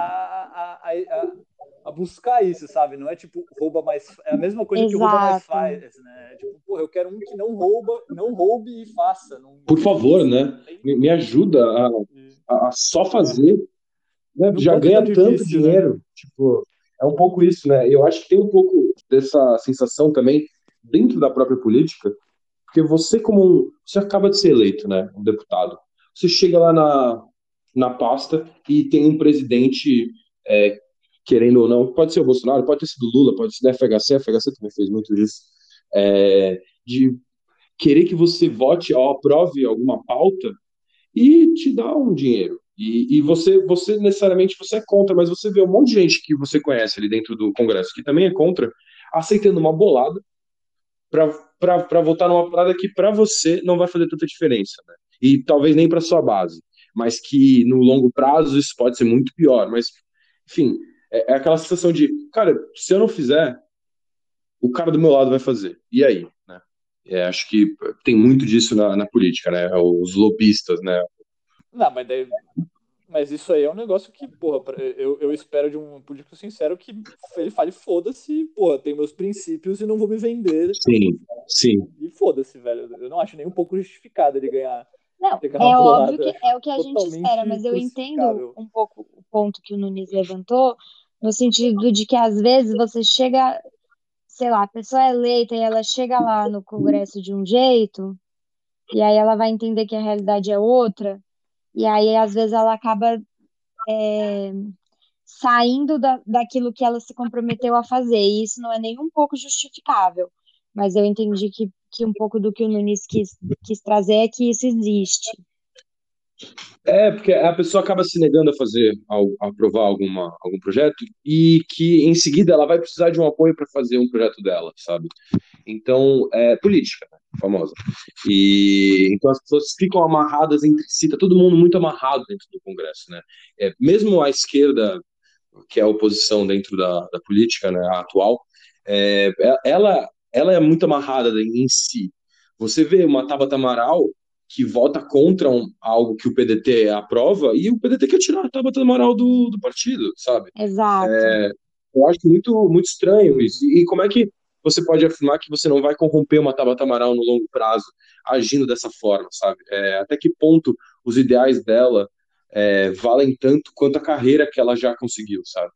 a buscar isso, sabe? Não é tipo, rouba mais. É a mesma coisa que rouba mais faz, né? Tipo, porra, eu quero um que não roube e faça. Por favor, né? Me ajuda a só fazer Né? Já ganha tanto dinheiro, né? Tipo, é um pouco isso, né? Eu acho que tem um pouco dessa sensação também dentro da própria política, porque você você acaba de ser eleito, né, um deputado. Você chega lá na pasta e tem um presidente, é, querendo ou não, pode ser o Bolsonaro, pode ter sido o Lula, pode ser da FHC, a FHC também fez muito disso, de querer que você vote ou aprove alguma pauta e te dá um dinheiro. E você necessariamente você é contra, mas você vê um monte de gente que você conhece ali dentro do Congresso que também é contra, aceitando uma bolada para votar numa parada que para você não vai fazer tanta diferença, né? E talvez nem para sua base, mas que no longo prazo isso pode ser muito pior. Mas, enfim, é aquela sensação de, cara, se eu não fizer, o cara do meu lado vai fazer. E aí, né? Acho que tem muito disso na política, né? Os lobistas, né? Não, mas isso aí é um negócio que, porra, eu espero de um político sincero que ele fale, foda-se, porra, tenho meus princípios e não vou me vender. Sim, sim. E foda-se, velho. Eu não acho nem um pouco justificado ele ganhar. Não, é óbvio que é o que a gente espera, mas eu entendo um pouco o ponto que o Nunes levantou, no sentido de que às vezes você chega, sei lá, a pessoa é eleita e ela chega lá no Congresso de um jeito, e aí ela vai entender que a realidade é outra, e aí às vezes ela acaba saindo daquilo que ela se comprometeu a fazer, e isso não é nem um pouco justificável, mas eu entendi que um pouco do que o Nunes quis trazer é que isso existe. Porque a pessoa acaba se negando a aprovar algum projeto e que em seguida ela vai precisar de um apoio para fazer um projeto dela, sabe? Então, é política, né? Famosa. E então as pessoas ficam amarradas entre si, tá todo mundo muito amarrado dentro do Congresso, né? Mesmo a esquerda, que é a oposição dentro da política, né, a atual, ela é muito amarrada em si. Você vê uma Tabata Amaral que vota contra algo que o PDT aprova e o PDT quer tirar a Tabata Amaral do partido, sabe? Exato. Eu acho muito, muito estranho isso. E como é que você pode afirmar que você não vai corromper uma Tabata Amaral no longo prazo, agindo dessa forma, sabe? Até que ponto os ideais dela valem tanto quanto a carreira que ela já conseguiu, sabe?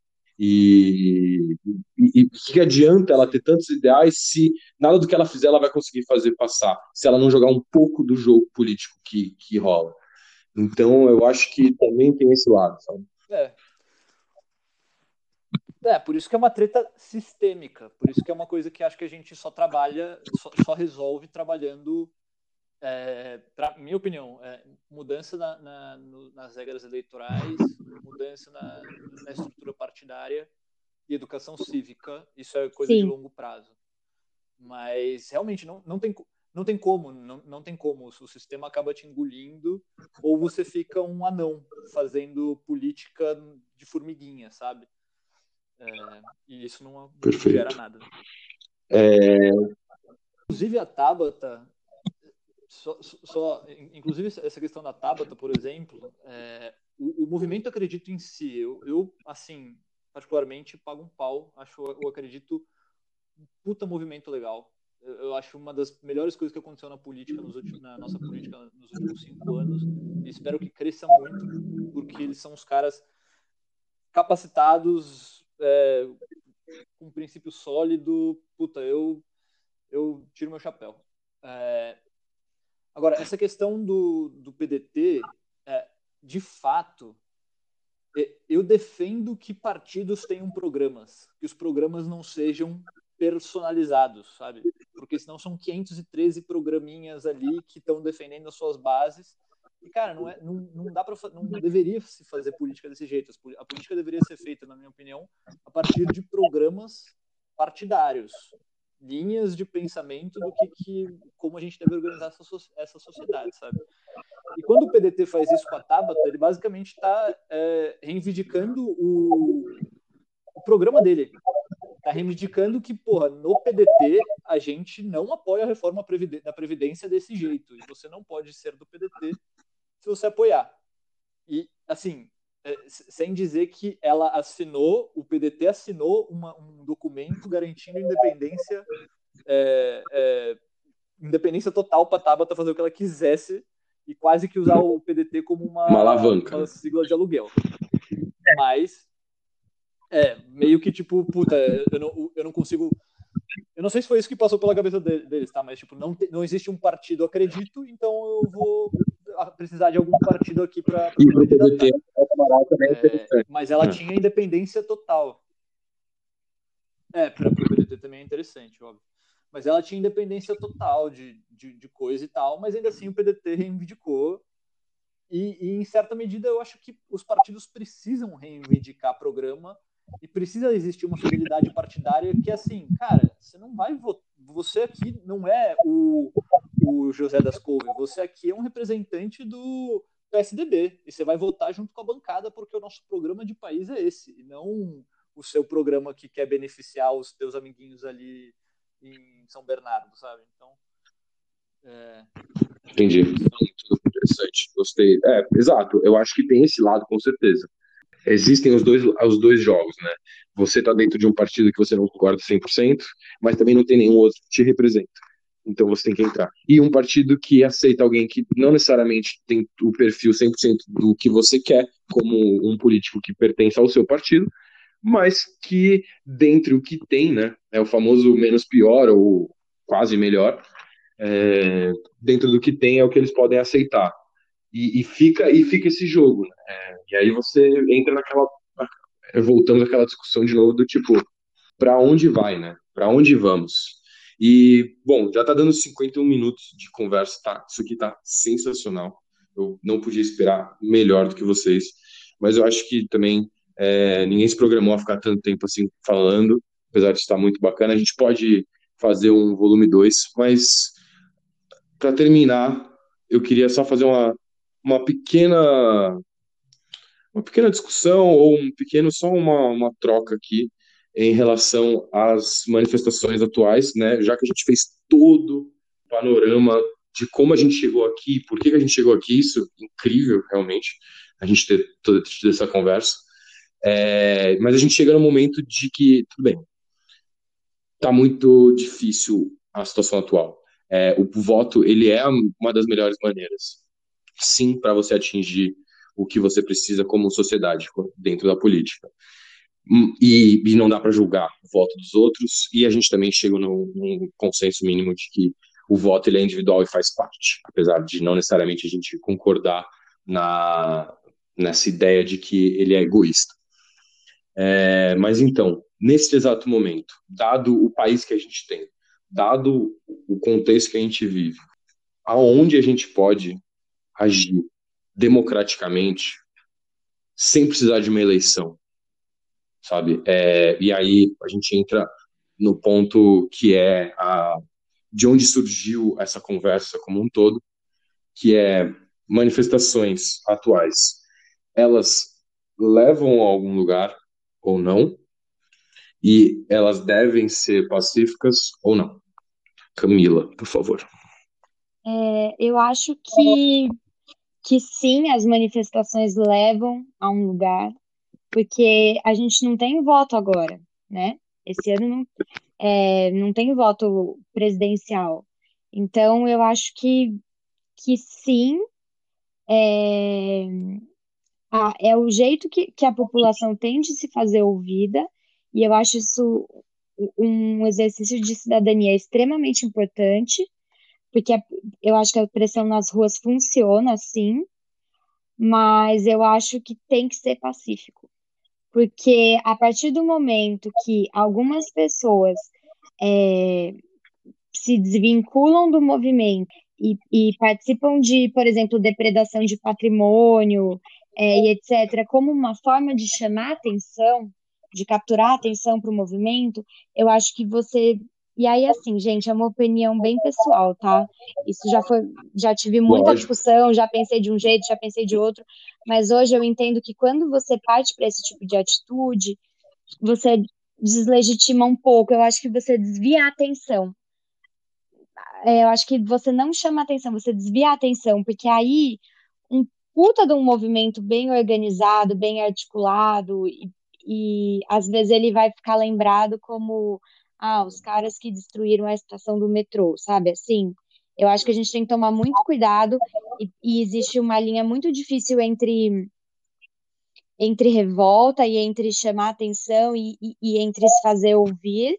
E que adianta ela ter tantos ideais se nada do que ela fizer ela vai conseguir fazer passar, se ela não jogar um pouco do jogo político que rola. Então, eu acho que também tem esse lado, sabe? Por isso que é uma treta sistêmica. Por isso que é uma coisa que acho que a gente só trabalha, só resolve trabalhando, pra minha opinião, mudança nas regras eleitorais, mudança na estrutura partidária e educação cívica. Isso é coisa de longo prazo. Mas realmente não tem como. Não tem como. O sistema acaba te engolindo ou você fica um anão fazendo política de formiguinha, sabe? E isso não gera nada. Inclusive a Tabata, inclusive essa questão da Tabata, por exemplo, o movimento Acredito em Si, eu assim, particularmente pago um pau, eu acredito um puta movimento legal. Eu acho uma das melhores coisas que aconteceu na nossa política nos últimos 5 anos, e espero que cresça muito, porque eles são os caras capacitados, com um princípio sólido. Puta, eu tiro meu chapéu. Agora, essa questão do PDT, de fato, eu defendo que partidos tenham programas, que os programas não sejam personalizados, sabe? Porque senão são 513 programinhas ali que estão defendendo as suas bases. E, cara, não deveria se fazer política desse jeito. A política deveria ser feita, na minha opinião, a partir de programas partidários, linhas de pensamento do como a gente deve organizar essa sociedade, sabe? E quando o PDT faz isso com a Tabata, ele basicamente está reivindicando o programa dele. Está reivindicando que, porra, no PDT a gente não apoia a reforma da Previdência desse jeito. E você não pode ser do PDT se você apoiar. E, assim, sem dizer que o PDT assinou um documento garantindo independência total para a Tabata fazer o que ela quisesse e quase que usar o PDT como uma alavanca, uma sigla de aluguel. Mas, meio que, tipo, puta, eu não consigo... Eu não sei se foi isso que passou pela cabeça deles, tá? Mas, tipo, não existe um partido, acredito, então eu vou precisar de algum partido aqui para me candidatar. Mas ela tinha independência total. Para o PDT também é interessante, óbvio. Mas ela tinha independência total de coisa e tal, mas ainda assim o PDT reivindicou. E em certa medida eu acho que os partidos precisam reivindicar programa e precisa existir uma fidelidade partidária que, assim, cara, você não vai votar. Você aqui não é o José das Couve, você aqui é um representante do PSDB e você vai votar junto com a bancada porque o nosso programa de país é esse, e não o seu programa que quer beneficiar os teus amiguinhos ali em São Bernardo, sabe? Então, Entendi. Muito interessante. Gostei. Exato. Eu acho que tem esse lado, com certeza. Existem os dois jogos, né? Você tá dentro de um partido que você não concorda 100%, mas também não tem nenhum outro que te representa. Então você tem que entrar. E um partido que aceita alguém que não necessariamente tem o perfil 100% do que você quer, como um político que pertence ao seu partido, mas que, dentre o que tem, né? É o famoso menos pior ou quase melhor, dentro do que tem é o que eles podem aceitar. E fica esse jogo, né? E aí você entra naquela. Voltamos àquela discussão de novo do tipo, para onde vai, né? Para onde vamos? E, bom, já tá dando 51 minutos de conversa, tá? Isso aqui tá sensacional. Eu não podia esperar melhor do que vocês, mas eu acho que também ninguém se programou a ficar tanto tempo assim falando, apesar de estar muito bacana. A gente pode fazer um volume 2, mas para terminar, eu queria só fazer uma pequena discussão ou só uma troca aqui em relação às manifestações atuais, né? Já que a gente fez todo o panorama de como a gente chegou aqui, por que a gente chegou aqui, isso é incrível, realmente, a gente ter tido essa conversa. Mas a gente chega no momento de que, tudo bem, tá muito difícil a situação atual. O voto, ele é uma das melhores maneiras, sim, para você atingir o que você precisa como sociedade dentro da política. E não dá para julgar o voto dos outros, e a gente também chega num consenso mínimo de que o voto ele é individual e faz parte, apesar de não necessariamente a gente concordar nessa ideia de que ele é egoísta. Mas então, nesse exato momento, dado o país que a gente tem, dado o contexto que a gente vive, aonde a gente pode agir democraticamente sem precisar de uma eleição, sabe? E aí a gente entra no ponto que é de onde surgiu essa conversa como um todo, que é manifestações atuais. Elas levam a algum lugar ou não? E elas devem ser pacíficas ou não? Camila, por favor. Eu acho que sim, as manifestações levam a um lugar, porque a gente não tem voto agora, né? Esse ano não tem voto presidencial. Então, eu acho que sim, é, é o jeito que a população tem de se fazer ouvida, e eu acho isso um exercício de cidadania extremamente importante, porque eu acho que a pressão nas ruas funciona, sim, mas eu acho que tem que ser pacífico. Porque a partir do momento que algumas pessoas é, se desvinculam do movimento e participam de, por exemplo, depredação de patrimônio, e etc., como uma forma de chamar atenção, de capturar atenção para o movimento, eu acho que você. E aí, assim, gente, é uma opinião bem pessoal, tá? Isso já tive muita Lógico. discussão, já pensei de um jeito, já pensei de outro, mas hoje eu entendo que quando você parte para esse tipo de atitude, você deslegitima um pouco, eu acho que você desvia a atenção. Eu acho que você não chama atenção, você desvia a atenção, porque aí um puta de um movimento bem organizado, bem articulado, e às vezes ele vai ficar lembrado como os caras que destruíram a estação do metrô, sabe? Assim, eu acho que a gente tem que tomar muito cuidado e existe uma linha muito difícil entre entre revolta e entre chamar atenção e entre se fazer ouvir,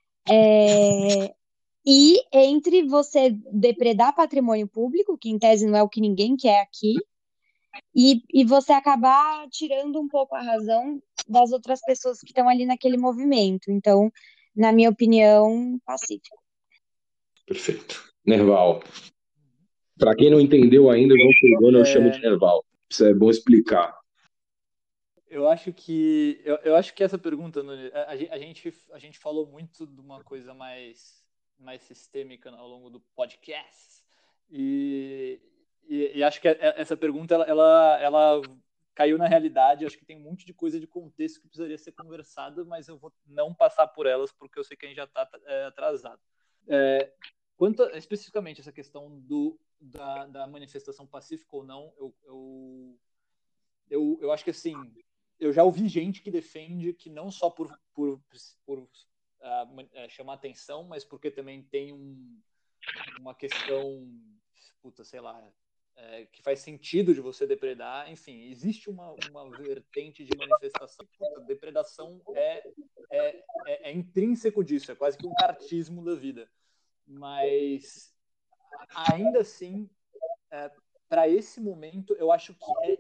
e entre você depredar patrimônio público, que em tese não é o que ninguém quer aqui, e você acabar tirando um pouco a razão das outras pessoas que estão ali naquele movimento. Então, na minha opinião, pacífico. Perfeito. Nerval. Para quem não entendeu ainda, o João Pegona eu chamo de Nerval. Isso é bom explicar. Eu acho que essa pergunta, Nunes, a gente falou muito de uma coisa mais sistêmica ao longo do podcast e acho que essa pergunta ela caiu na realidade. Acho que tem um monte de coisa de contexto que precisaria ser conversada, mas eu vou não passar por elas porque eu sei que a gente já está atrasado. Quanto especificamente essa questão da manifestação pacífica ou não, eu acho que assim, eu já ouvi gente que defende que não só por chamar atenção, mas porque também tem uma questão, sei lá, que faz sentido de você depredar. Enfim, existe uma vertente de manifestação. Depredação é intrínseco disso, é quase que um cartismo da vida. Mas, ainda assim, para esse momento, eu acho que é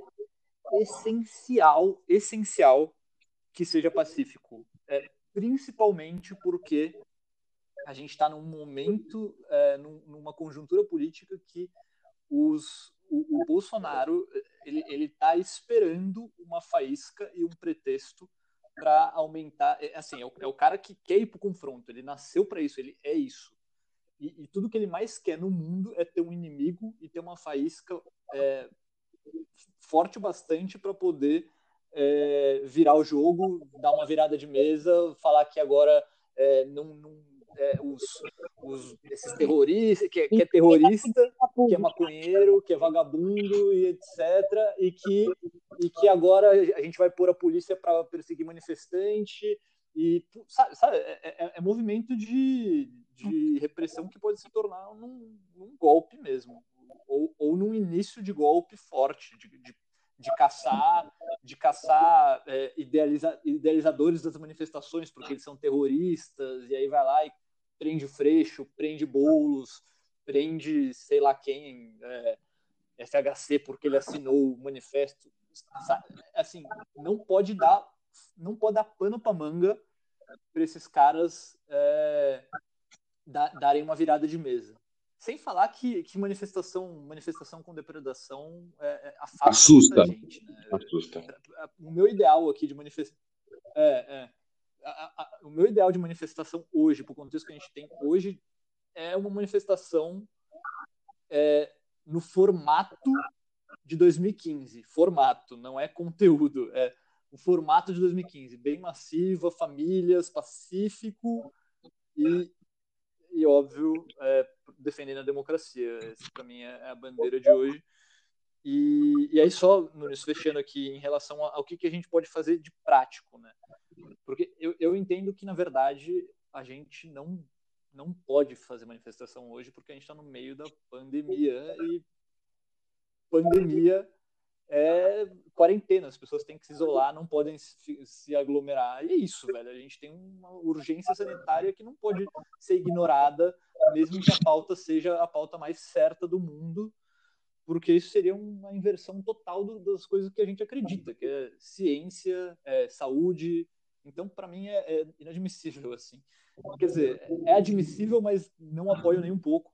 essencial que seja pacífico. Principalmente porque a gente está num momento, numa conjuntura política que o Bolsonaro ele está esperando uma faísca e um pretexto para aumentar. Assim, é o cara que quer ir para o confronto, ele nasceu para isso, ele é isso. E tudo que ele mais quer no mundo é ter um inimigo e ter uma faísca forte bastante para poder virar o jogo, dar uma virada de mesa, falar que agora esses terroristas, que é terrorista, que é maconheiro, que é vagabundo e etc. E que agora a gente vai pôr a polícia para perseguir manifestante. E sabe, é movimento de repressão que pode se tornar num golpe mesmo, ou num início de golpe forte, de caçar idealizadores das manifestações, porque eles são terroristas, e aí vai lá e prende Freixo, prende Boulos, prende sei lá quem, FHC, porque ele assinou o manifesto. Assim, não pode dar pano para manga para esses caras darem uma virada de mesa. Sem falar que manifestação com depredação afasta muita gente. Né? Assusta. O meu ideal aqui de manifestação. O meu ideal de manifestação hoje, por contexto que a gente tem hoje, é uma manifestação no formato de 2015. Formato, não é conteúdo. É o formato de 2015. Bem massiva, famílias, pacífico e óbvio, defendendo a democracia. Essa, para mim, é a bandeira de hoje. E aí, só, Nunes, fechando aqui, em relação ao que a gente pode fazer de prático, né? Porque eu entendo que, na verdade, a gente não pode fazer manifestação hoje porque a gente está no meio da pandemia e pandemia é quarentena, as pessoas têm que se isolar, não podem se aglomerar. E é isso, velho. A gente tem uma urgência sanitária que não pode ser ignorada, mesmo que a pauta seja a pauta mais certa do mundo, porque isso seria uma inversão total das coisas que a gente acredita, que é ciência, saúde. Então, para mim, é inadmissível, assim. Quer dizer, é admissível, mas não apoio nem um pouco.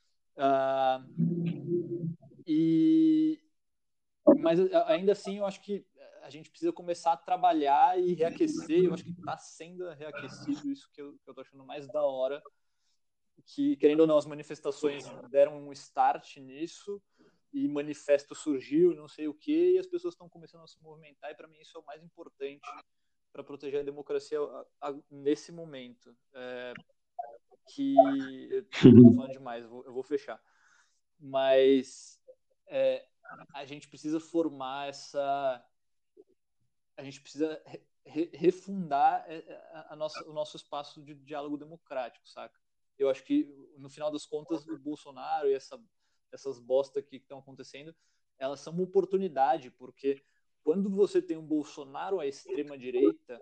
Mas ainda assim, eu acho que a gente precisa começar a trabalhar e reaquecer. Eu acho que está sendo reaquecido, isso que eu estou achando mais da hora. Que, querendo ou não, as manifestações deram um start nisso, e manifesto surgiu, não sei o quê, e as pessoas estão começando a se movimentar, e para mim isso é o mais importante para proteger a democracia nesse momento. Que eu estou falando demais, eu vou fechar. Mas a gente precisa formar essa... A gente precisa refundar o nosso espaço de diálogo democrático, saca? Eu acho que, no final das contas, o Bolsonaro e essas bosta que estão acontecendo, elas são uma oportunidade, porque quando você tem um Bolsonaro à extrema-direita,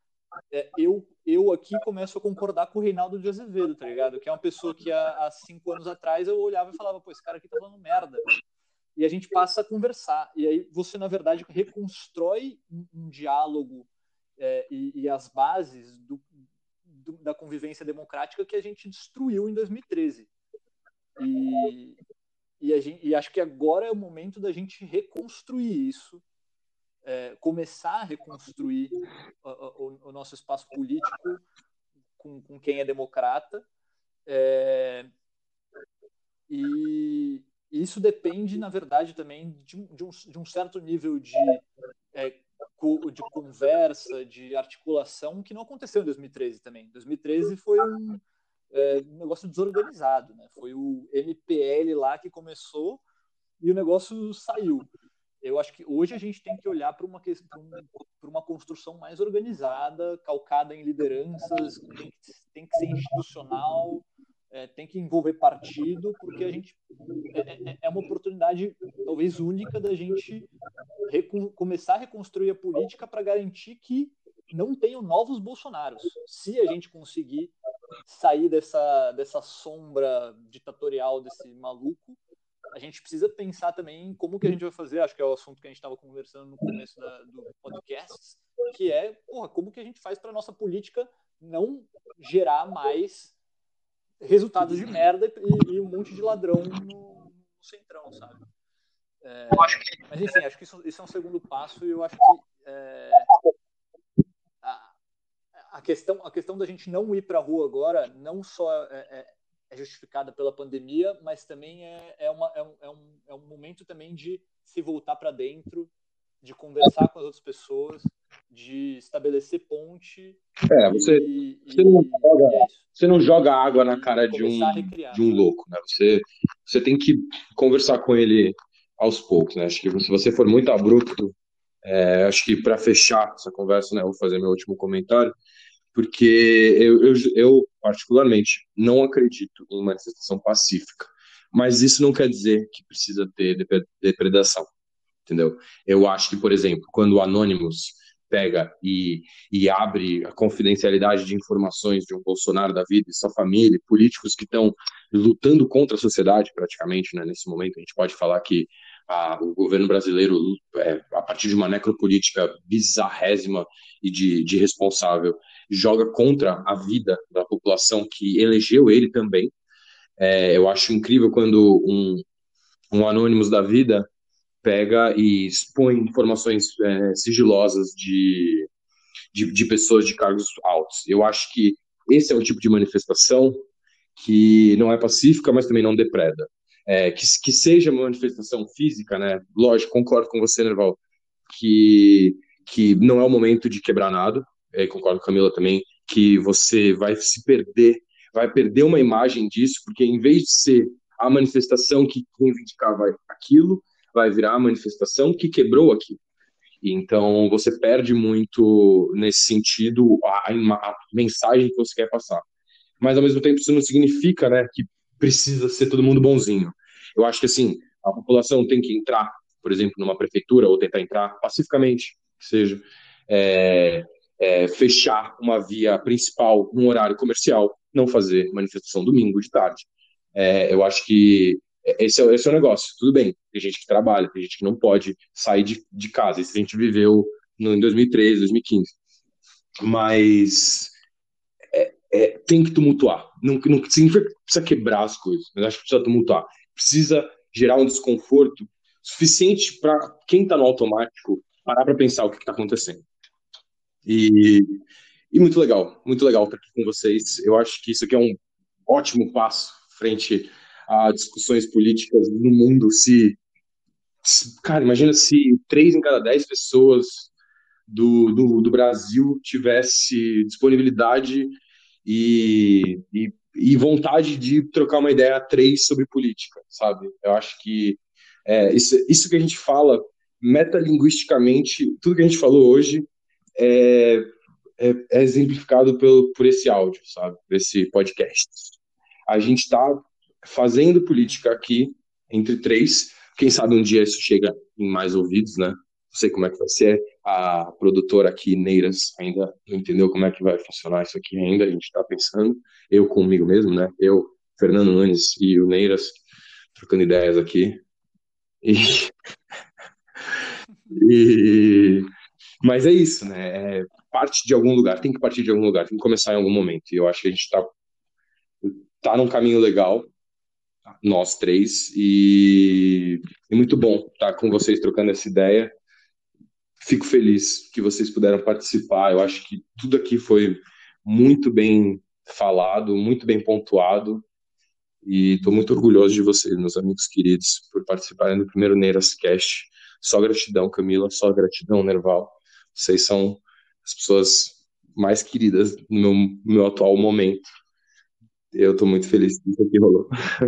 eu aqui começo a concordar com o Reinaldo de Azevedo, tá ligado? Que é uma pessoa que há 5 anos atrás eu olhava e falava, pô, esse cara aqui tá falando merda. E a gente passa a conversar. E aí você, na verdade, reconstrói um diálogo e as bases da convivência democrática que a gente destruiu em 2013. E acho que agora é o momento da gente reconstruir isso, começar a reconstruir o nosso espaço político com quem é democrata. E isso depende, na verdade, também de um certo nível de conversa, de articulação, que não aconteceu em 2013 também. 2013 foi um negócio desorganizado, né? Foi o MPL lá que começou e o negócio saiu. Eu acho que hoje a gente tem que olhar para uma construção mais organizada, calcada em lideranças, tem que ser institucional, tem que envolver partido, porque a gente é uma oportunidade talvez única da gente começar a reconstruir a política para garantir que não tenham novos Bolsonaros. Se a gente conseguir sair dessa sombra ditatorial desse maluco, a gente precisa pensar também em como que a gente vai fazer, acho que é o assunto que a gente estava conversando no começo do podcast, que é, como que a gente faz para a nossa política não gerar mais resultados de merda e um monte de ladrão no centrão, sabe? Mas enfim, acho que isso é um segundo passo, e eu acho que a questão da gente não ir para a rua agora não só é justificada pela pandemia, mas também é um momento também de se voltar para dentro, de conversar com as outras pessoas, de estabelecer ponte. Você não joga água na cara de um louco, né? Você tem que conversar com ele aos poucos, né? Acho que se você for muito abrupto, acho que para fechar essa conversa, né, eu vou fazer meu último comentário, porque eu particularmente não acredito em manifestação pacífica, mas isso não quer dizer que precisa ter depredação, entendeu? Eu acho que, por exemplo, quando o Anonymous pega e abre a confidencialidade de informações de um Bolsonaro da vida e sua família, políticos que estão lutando contra a sociedade praticamente, né, nesse momento, a gente pode falar que o governo brasileiro, a partir de uma necropolítica bizarrésima e de irresponsável, joga contra a vida da população que elegeu ele também. Eu acho incrível quando um Anonymous da vida pega e expõe informações sigilosas de pessoas de cargos altos. Eu acho que esse é o tipo de manifestação que não é pacífica, mas também não depreda. Que seja uma manifestação física, né? Lógico, concordo com você, Nerval, que não é o momento de quebrar nada. Concordo com a Camila também, que você vai se perder, vai perder uma imagem disso, porque em vez de ser a manifestação que reivindicava aquilo, vai virar a manifestação que quebrou aquilo. Então, você perde muito, nesse sentido, a mensagem que você quer passar. Mas, ao mesmo tempo, isso não significa, né, que precisa ser todo mundo bonzinho. Eu acho que, assim, a população tem que entrar, por exemplo, numa prefeitura, ou tentar entrar pacificamente, que seja, fechar uma via principal num horário comercial, não fazer manifestação domingo de tarde. Eu acho que esse é o negócio. Tudo bem, tem gente que trabalha, tem gente que não pode sair de casa. Isso a gente viveu em 2013, 2015. Mas tem que tumultuar. Não significa que precisa quebrar as coisas, mas acho que precisa tumultuar. Precisa gerar um desconforto suficiente para quem está no automático parar para pensar o que está acontecendo. E muito legal estar aqui com vocês. Eu acho que isso aqui é um ótimo passo frente a discussões políticas no mundo. Cara, imagina se 3 em cada 10 pessoas do Brasil tivesse disponibilidade e vontade de trocar uma ideia a 3 sobre política, sabe? Eu acho que isso que a gente fala metalinguisticamente, tudo que a gente falou hoje é exemplificado por esse áudio, sabe? Por esse podcast. A gente está fazendo política aqui entre 3. Quem sabe um dia isso chega em mais ouvidos, né? não sei como é que vai ser. A produtora aqui, Neiras, ainda não entendeu como é que vai funcionar isso aqui ainda. A gente está pensando, eu comigo mesmo, né? Eu, Fernando Nunes e o Neiras, trocando ideias aqui. E, e, mas é isso, né? Parte de algum lugar, tem que partir de algum lugar, tem que começar em algum momento. E eu acho que a gente tá num caminho legal, nós três, e muito bom estar com vocês trocando essa ideia. Fico feliz que vocês puderam participar. Eu acho que tudo aqui foi muito bem falado, muito bem pontuado. E estou muito orgulhoso de vocês, meus amigos queridos, por participarem do primeiro Neiras Cast. Só gratidão, Camila, só gratidão, Nerval. Vocês são as pessoas mais queridas no meu atual momento. Eu estou muito feliz que isso aqui rolou.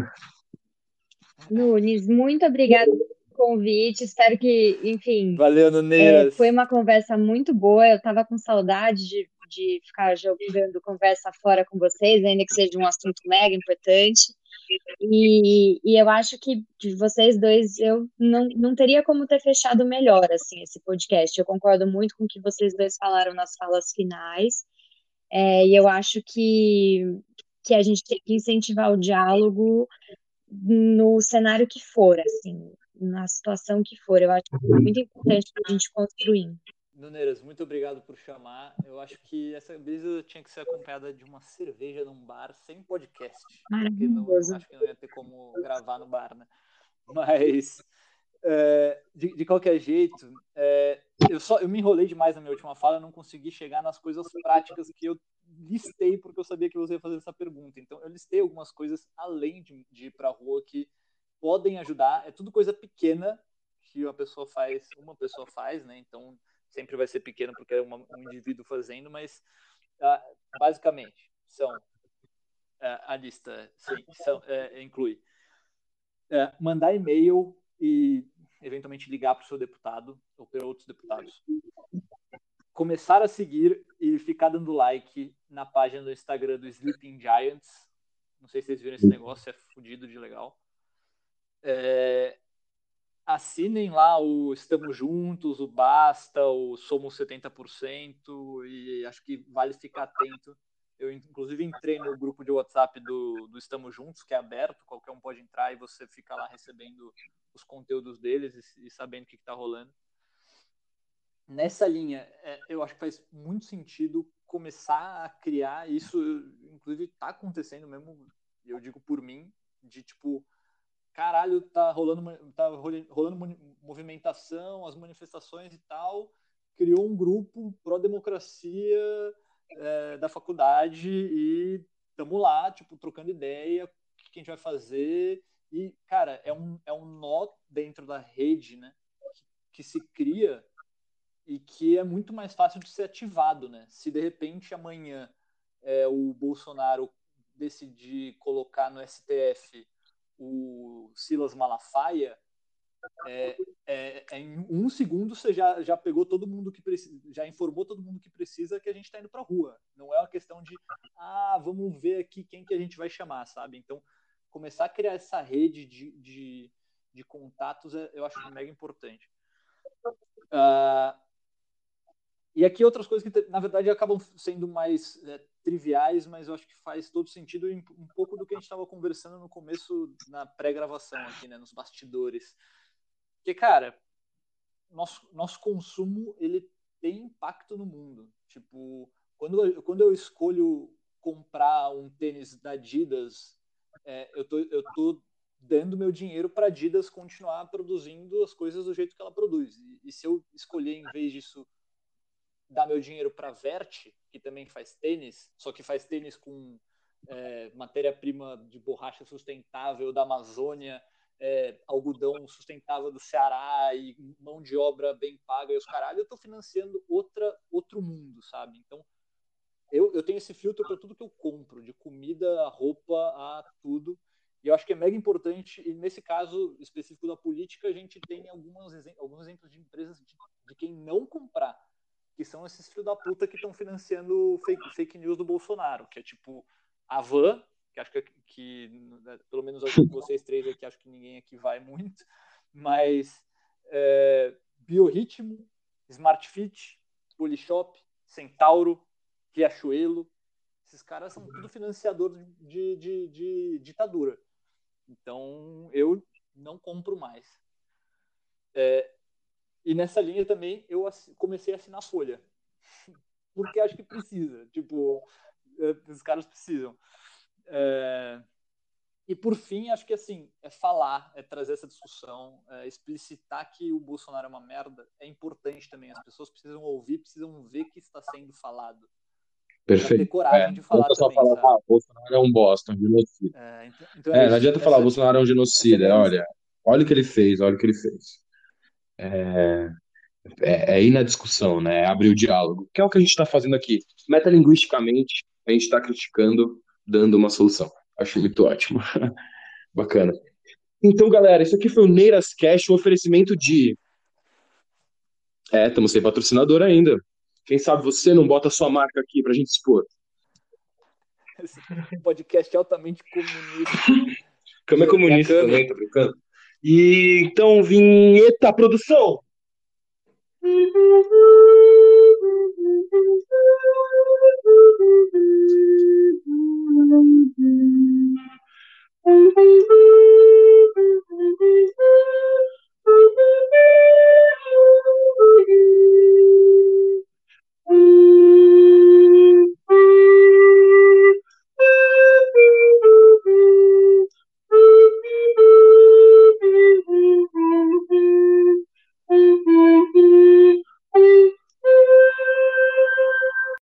Nunes, muito obrigada pelo convite. Espero que, enfim, Valeu, Nuneiras. foi uma conversa muito boa. Eu estava com saudade de ficar jogando conversa fora com vocês, ainda que seja um assunto mega importante. E eu acho que de vocês dois, eu não teria como ter fechado melhor, assim, esse podcast. Eu concordo muito com o que vocês dois falaram nas falas finais. E eu acho que a gente tem que incentivar o diálogo no cenário que for, assim, na situação que for. Eu acho que é muito importante a gente construir. Nuneiras, muito obrigado por chamar. Eu acho que essa brisa tinha que ser acompanhada de uma cerveja num bar sem podcast. Porque Maravilhoso. acho que não ia ter como gravar no bar, né? Mas, de qualquer jeito, eu me enrolei demais na minha última fala, eu não consegui chegar nas coisas práticas que eu listei, porque eu sabia que você ia fazer essa pergunta. Então, eu listei algumas coisas além de ir para a rua que podem ajudar. É tudo coisa pequena que uma pessoa faz, né? Então, sempre vai ser pequeno porque é um indivíduo fazendo, mas basicamente são a lista inclui mandar e-mail e eventualmente ligar para o seu deputado ou para outros deputados. Começar a seguir e ficar dando like na página do Instagram do Sleeping Giants. Não sei se vocês viram esse negócio, é fodido de legal. Assinem lá o Estamos Juntos, o Basta, o Somos 70%, e acho que vale ficar atento. Eu, inclusive, entrei no grupo de WhatsApp do Estamos Juntos, que é aberto, qualquer um pode entrar e você fica lá recebendo os conteúdos deles e sabendo o que está rolando. Nessa linha, eu acho que faz muito sentido começar a criar isso, inclusive está acontecendo mesmo, eu digo por mim, de tipo, caralho, tá rolando movimentação, as manifestações e tal, criou um grupo pró-democracia da faculdade e tamo lá, tipo, trocando ideia, o que a gente vai fazer, e, cara, é um nó dentro da rede, né, que se cria e que é muito mais fácil de ser ativado, né, se de repente amanhã o Bolsonaro decidir colocar no STF o Silas Malafaia, em um segundo você já pegou todo mundo que precisa, já informou todo mundo que precisa que a gente está indo para a rua. Não é uma questão de, vamos ver aqui quem que a gente vai chamar, sabe? Então, começar a criar essa rede de contatos eu acho mega importante. E aqui outras coisas que, na verdade, acabam sendo mais triviais, mas eu acho que faz todo sentido um pouco do que a gente estava conversando no começo, na pré-gravação aqui, né, nos bastidores. Porque, cara, nosso consumo, ele tem impacto no mundo. Tipo, quando eu escolho comprar um tênis da Adidas, eu tô dando meu dinheiro para a Adidas continuar produzindo as coisas do jeito que ela produz. E se eu escolher, em vez disso, dar meu dinheiro para a Vert, que também faz tênis, só que faz tênis com matéria-prima de borracha sustentável da Amazônia, algodão sustentável do Ceará e mão de obra bem paga e os caralho, eu estou financiando outro mundo, sabe? Então, eu tenho esse filtro para tudo que eu compro, de comida, a roupa, a tudo. E eu acho que é mega importante, e nesse caso específico da política, a gente tem alguns exemplos de empresas de quem não comprar, que são esses filhos da puta que estão financiando fake news do Bolsonaro, que é tipo a Van, que acho que pelo menos vocês três aqui, acho que ninguém aqui vai muito, mas Biorritmo, Smart Fit, Polishop, Centauro, Riachuelo. Esses caras são tudo financiador de ditadura. Então, eu não compro mais. E nessa linha também, eu comecei a assinar Folha. Porque acho que precisa. Tipo, os caras precisam. E por fim, acho que assim, é falar, é trazer essa discussão, explicitar que o Bolsonaro é uma merda, é importante também. As pessoas precisam ouvir, precisam ver que está sendo falado. Perfeito. Pra ter coragem de falar não também, falar, sabe? Bolsonaro é um bosta, um genocida. Então é Não isso. adianta falar, Bolsonaro é um Essa é a genocida. minha Olha, visão. olha o que ele fez, olha o que ele fez. É ir na discussão, né? Abrir o diálogo, que é o que a gente está fazendo aqui. Metalinguisticamente, a gente está criticando, dando uma solução. Acho muito ótimo. Bacana. Então, galera, isso aqui foi o Neiras Cash, um oferecimento de. Estamos sem patrocinador ainda. Quem sabe você não bota a sua marca aqui pra gente expor. Esse podcast é altamente comunista. Cama é comunista Cami. também, tô brincando. E então, vinheta, produção!